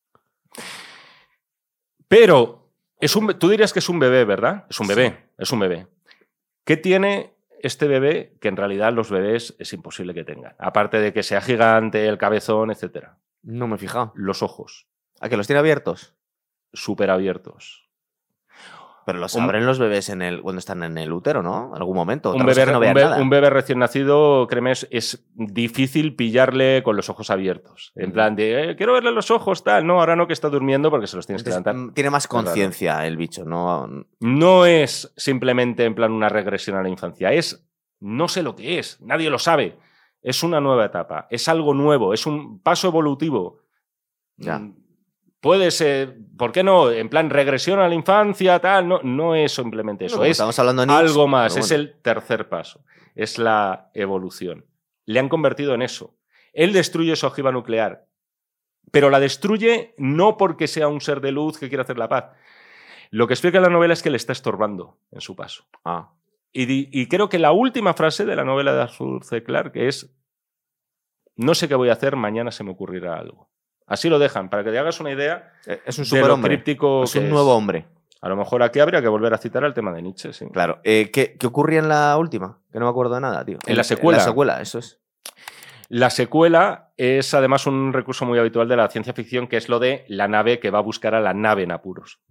Pero tú dirías que es un bebé, ¿verdad? Es un bebé, sí. Es un bebé. ¿Qué tiene este bebé que en realidad los bebés es imposible que tengan? Aparte de que sea gigante, el cabezón, etc. No me he fijado. Los ojos. ¿A que los tiene abiertos? Súper abiertos. Pero los abren los bebés cuando están en el útero, ¿no? En algún momento. Un bebé recién nacido, créeme, es difícil pillarle con los ojos abiertos. En plan de, quiero verle los ojos, tal. No, ahora no, que está durmiendo porque se los tienes que levantar. Tiene más conciencia el bicho, ¿no? No es simplemente en plan una regresión a la infancia. No sé lo que es, nadie lo sabe. Es una nueva etapa, es algo nuevo, es un paso evolutivo. Ya. Puede ser, ¿por qué no? En plan regresión a la infancia, tal. No es simplemente eso. Estamos hablando de algo más. Bueno. Es el tercer paso. Es la evolución. Le han convertido en eso. Él destruye su ojiva nuclear. Pero la destruye no porque sea un ser de luz que quiera hacer la paz. Lo que explica la novela es que le está estorbando en su paso. Y creo que la última frase de la novela de Arthur C. Clarke es: no sé qué voy a hacer, mañana se me ocurrirá algo. Así lo dejan, para que te hagas una idea. Es un superhombre. Críptico es un nuevo hombre. A lo mejor aquí habría que volver a citar el tema de Nietzsche. Sí. Claro. ¿Qué ocurría en la última? Que no me acuerdo de nada, tío. En la secuela. En la secuela, eso es. La secuela es además un recurso muy habitual de la ciencia ficción, que es lo de la nave que va a buscar a la nave en apuros.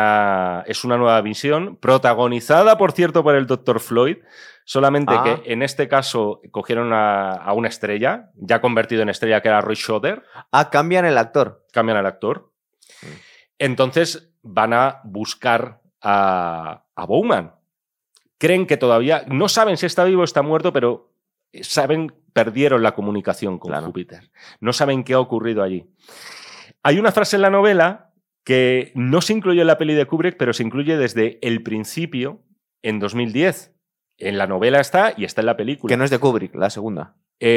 Es una nueva misión, protagonizada, por cierto, por el Dr. Floyd, solamente que en este caso cogieron a una estrella, ya convertido en estrella, que era Roy Scheider. Cambian el actor. Cambian al actor. Entonces van a buscar a Bowman. Creen que todavía... No saben si está vivo o está muerto, pero perdieron la comunicación con Júpiter. No saben qué ha ocurrido allí. Hay una frase en la novela que no se incluye en la peli de Kubrick, pero se incluye desde el principio, en 2010. En la novela está y está en la película. Que no es de Kubrick, la segunda.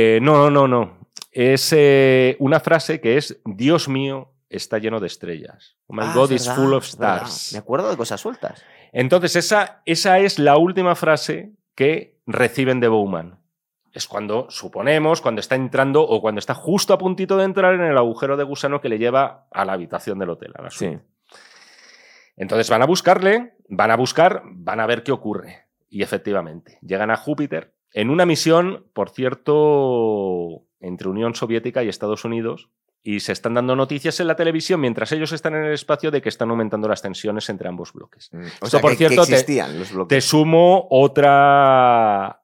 No. Es una frase que es: Dios mío, está lleno de estrellas. Oh my God is full of stars. Me acuerdo de cosas sueltas. Entonces, esa es la última frase que reciben de Bowman. Es cuando, suponemos, cuando está entrando o cuando está justo a puntito de entrar en el agujero de gusano que le lleva a la habitación del hotel. Sí. Entonces van a buscarle, van a ver qué ocurre. Y efectivamente, llegan a Júpiter en una misión, por cierto, entre Unión Soviética y Estados Unidos, y se están dando noticias en la televisión mientras ellos están en el espacio de que están aumentando las tensiones entre ambos bloques. O sea, por cierto, que existían los bloques. Te sumo otra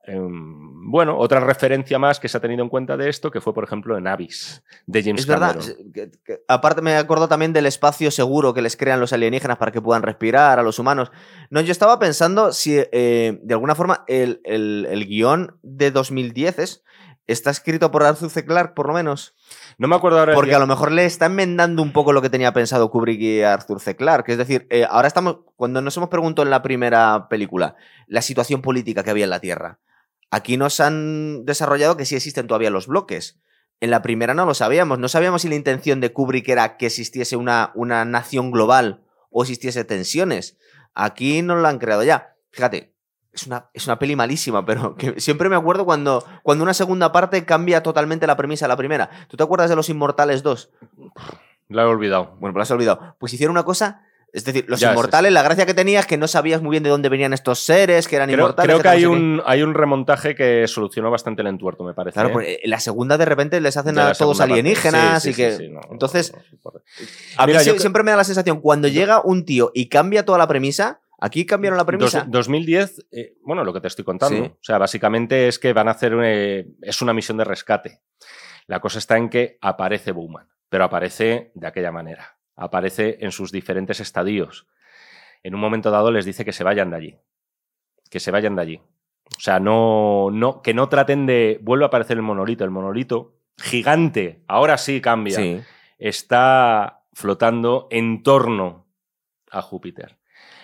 referencia más que se ha tenido en cuenta de esto, que fue, por ejemplo, en Abyss, de James Cameron. Es verdad. Aparte me acuerdo también del espacio seguro que les crean los alienígenas para que puedan respirar a los humanos. No, yo estaba pensando si, de alguna forma, el guión de 2010 está escrito por Arthur C. Clarke, por lo menos. No me acuerdo ahora. Porque a lo mejor le está enmendando un poco lo que tenía pensado Kubrick y Arthur C. Clarke. Es decir, ahora estamos, cuando nos hemos preguntado en la primera película, la situación política que había en la Tierra. Aquí nos han desarrollado que sí existen todavía los bloques. En la primera no lo sabíamos. No sabíamos si la intención de Kubrick era que existiese una nación global o existiese tensiones. Aquí nos lo han creado ya. Fíjate. Es una peli malísima, pero que siempre me acuerdo cuando una segunda parte cambia totalmente la premisa a la primera. ¿Tú te acuerdas de Los Inmortales 2? La he olvidado. Bueno, pues la has olvidado. Pues hicieron una cosa... Es decir, Los Inmortales, la gracia que tenía es que no sabías muy bien de dónde venían estos seres, que eran inmortales. Creo que hay un remontaje que solucionó bastante el entuerto, me parece. Claro, pues la segunda de repente les hacen a todos alienígenas y que... Entonces, a mí siempre me da la sensación, cuando llega un tío y cambia toda la premisa... Aquí cambiaron la premisa. 2010, lo que te estoy contando. Sí. O sea, básicamente es que van a hacer es una misión de rescate. La cosa está en que aparece Bowman, pero aparece de aquella manera. Aparece en sus diferentes estadios. En un momento dado les dice que se vayan de allí. Que se vayan de allí. O sea, que no traten de... Vuelve a aparecer el monolito. El monolito, gigante, ahora sí cambia. Sí. Está flotando en torno a Júpiter.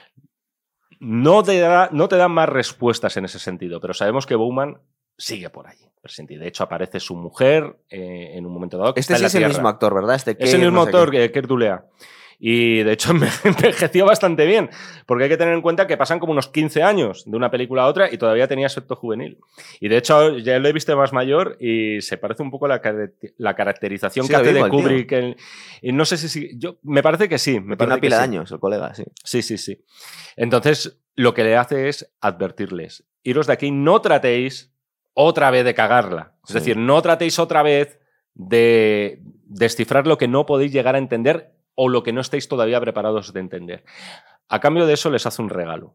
No te dan más respuestas en ese sentido, pero sabemos que Bowman sigue por allí presente. De hecho, aparece su mujer en un momento dado. Que este sí es el mismo actor, ¿verdad? Es el mismo actor, Keir Dullea. Y de hecho envejeció bastante bien, porque hay que tener en cuenta que pasan como unos 15 años de una película a otra y todavía tenía aspecto juvenil. Y de hecho ya lo he visto más mayor y se parece un poco a la caracterización que hace de Kubrick. Y no sé si... me parece que sí. Tiene una pila de años el colega, sí. Sí. Entonces lo que le hace es advertirles. Iros de aquí, no tratéis otra vez de cagarla. Es decir, no tratéis otra vez de descifrar lo que no podéis llegar a entender o lo que no estáis todavía preparados de entender. A cambio de eso les hace un regalo.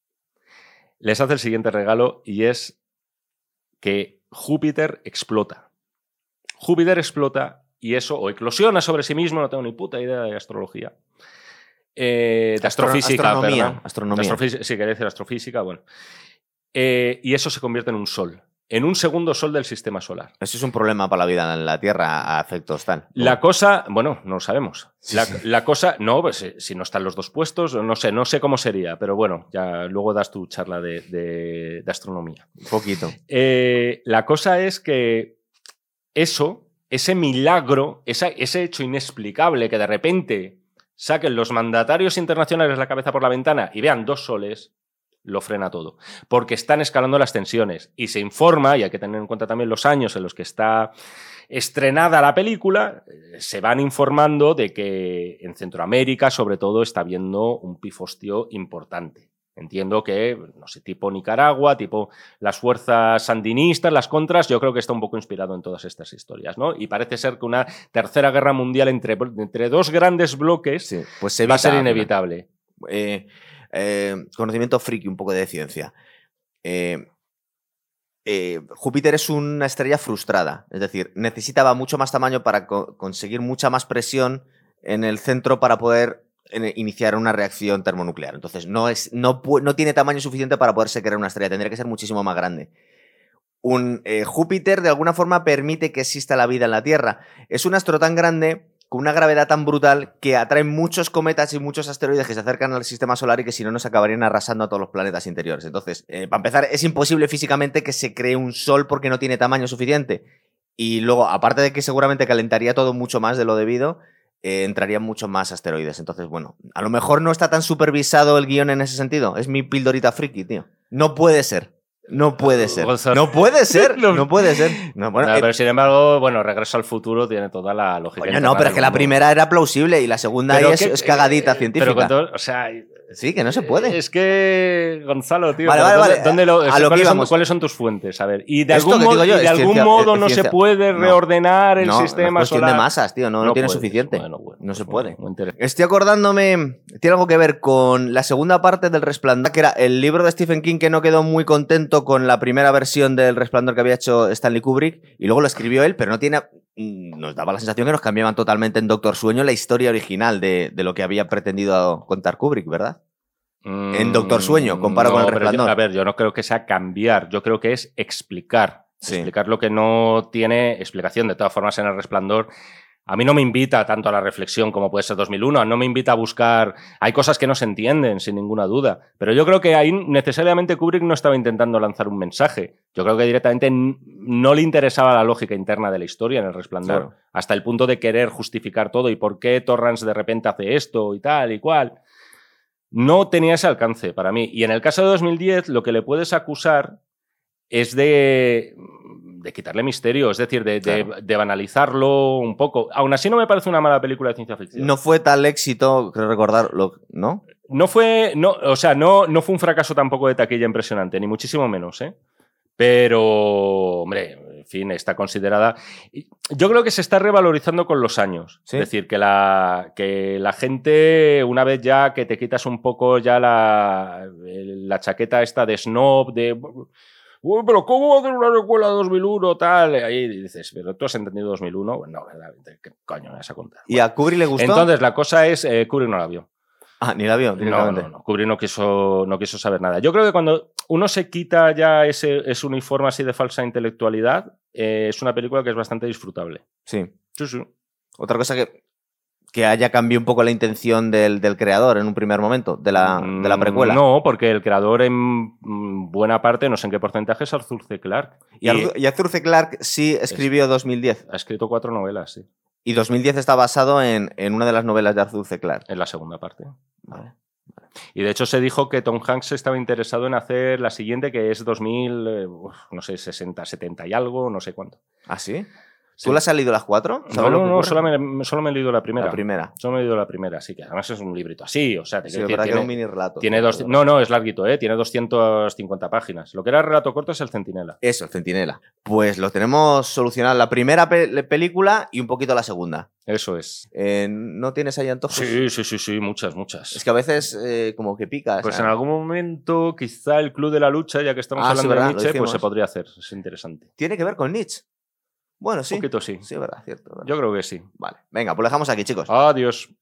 Les hace el siguiente regalo y es que Júpiter explota. Júpiter explota y eso o eclosiona sobre sí mismo, no tengo ni puta idea de astrología. De astrofísica, astronomía. Sí, quería decir astrofísica, bueno. Y eso se convierte en un sol. En un segundo sol del sistema solar. Eso es un problema para la vida en la Tierra a efectos tal. La cosa, no lo sabemos. La cosa, no, pues si no están los dos puestos, no sé cómo sería, pero bueno, ya luego das tu charla de astronomía. Un poquito. La cosa es que ese milagro, ese hecho inexplicable que de repente saquen los mandatarios internacionales la cabeza por la ventana y vean dos soles, lo frena todo, porque están escalando las tensiones y se informa, y hay que tener en cuenta también los años en los que está estrenada la película, se van informando de que en Centroamérica sobre todo está habiendo un pifostio importante. Entiendo que, no sé, tipo Nicaragua, tipo las fuerzas sandinistas, las contras, yo creo que está un poco inspirado en todas estas historias, ¿no? Y parece ser que una tercera guerra mundial entre dos grandes bloques Sí, pues va a ser inevitable. Conocimiento friki, un poco de ciencia. Júpiter es una estrella frustrada, es decir, necesitaba mucho más tamaño para conseguir mucha más presión en el centro para poder iniciar una reacción termonuclear. Entonces no tiene tamaño suficiente para poderse crear una estrella, tendría que ser muchísimo más grande. Júpiter de alguna forma permite que exista la vida en la Tierra. Es un astro tan grande, con una gravedad tan brutal, que atrae muchos cometas y muchos asteroides que se acercan al sistema solar y que si no nos acabarían arrasando a todos los planetas interiores. Entonces, para empezar, es imposible físicamente que se cree un sol porque no tiene tamaño suficiente. Y luego, aparte de que seguramente calentaría todo mucho más de lo debido, entrarían muchos más asteroides. Entonces, bueno, a lo mejor no está tan supervisado el guión en ese sentido. Es mi pildorita friki, tío. No puede ser. No puede ser. No puede ser. No puede ser. No, bueno, pero sin embargo, bueno, Regreso al Futuro tiene toda la lógica. Coño, no, pero es que la primera era plausible y la segunda es cagadita científica. Pero con todo, o sea, sí, que no se puede. Es que, Gonzalo, tío, vale. ¿cuáles son tus fuentes? A ver, y de algún modo no se puede reordenar el sistema solar. De masas, tío, no tiene suficiente. Bueno, no se puede. Estoy acordándome, tiene algo que ver con la segunda parte del Resplandor, que era el libro de Stephen King, que no quedó muy contento con la primera versión del Resplandor que había hecho Stanley Kubrick, y luego lo escribió él, pero nos daba la sensación que nos cambiaban totalmente en Doctor Sueño la historia original de lo que había pretendido contar Kubrick, ¿verdad? En Doctor Sueño, comparo con el Resplandor. Yo no creo que sea cambiar, yo creo que es explicar. Sí. Explicar lo que no tiene explicación. De todas formas, en el Resplandor, a mí no me invita tanto a la reflexión como puede ser 2001, no me invita a buscar... Hay cosas que no se entienden, sin ninguna duda, pero yo creo que ahí necesariamente Kubrick no estaba intentando lanzar un mensaje. Yo creo que directamente no le interesaba la lógica interna de la historia en el Resplandor, claro, hasta el punto de querer justificar todo y por qué Torrance de repente hace esto y tal y cual. No tenía ese alcance para mí. Y en el caso de 2010, lo que le puedes acusar es de quitarle misterio, es decir, de banalizarlo un poco. Aún así no me parece una mala película de ciencia ficción. No fue tal éxito, creo recordarlo, ¿no? No fue un fracaso tampoco de taquilla impresionante, ni muchísimo menos, ¿eh? Pero, hombre, en fin, está considerada... Yo creo que se está revalorizando con los años. ¿Sí? Es decir, que la gente, una vez ya que te quitas un poco ya la chaqueta esta de snob, de... Uy, pero ¿cómo va a hacer una secuela de 2001 tal? Ahí dices, ¿pero tú has entendido 2001? Bueno, no, ¿verdad? ¿Qué coño me vas a contar? ¿Y a Kubrick le gustó? Entonces, la cosa es, Kubrick no la vio. Ah, ni la vio directamente. No. Kubrick no quiso saber nada. Yo creo que cuando uno se quita ya ese uniforme así de falsa intelectualidad, es una película que es bastante disfrutable. Sí. Sí. Otra cosa que haya cambiado un poco la intención del creador en un primer momento, de la precuela. No, porque el creador en buena parte, no sé en qué porcentaje, es Arthur C. Clarke. Y Arthur C. Clarke sí escribió 2010. Ha escrito 4 novelas, sí. Y 2010 está basado en una de las novelas de Arthur C. Clarke. En la segunda parte. Vale. Y de hecho se dijo que Tom Hanks estaba interesado en hacer la siguiente, que es 2000, no sé, 60, 70 y algo, no sé cuánto. ¿Ah, sí? ¿Tú las has leído las 4? No, solo me he leído la primera. La primera. Solo me he leído la primera, sí, que además es un librito así, o sea... Sí, es verdad que era un mini relato. No, es larguito, tiene 250 páginas. Lo que era el relato corto es el Centinela. Eso, el Centinela. Pues lo tenemos solucionado. La primera película y un poquito la segunda. Eso es. ¿No tienes ahí antojos? Sí, muchas. Es que a veces como que picas. Pues en algún momento quizá el Club de la Lucha, ya que estamos hablando de Nietzsche, pues se podría hacer. Es interesante. ¿Tiene que ver con Nietzsche? Bueno, sí. Un poquito sí. Sí, verdad, cierto. Yo creo que sí. Vale. Venga, pues lo dejamos aquí, chicos. Adiós.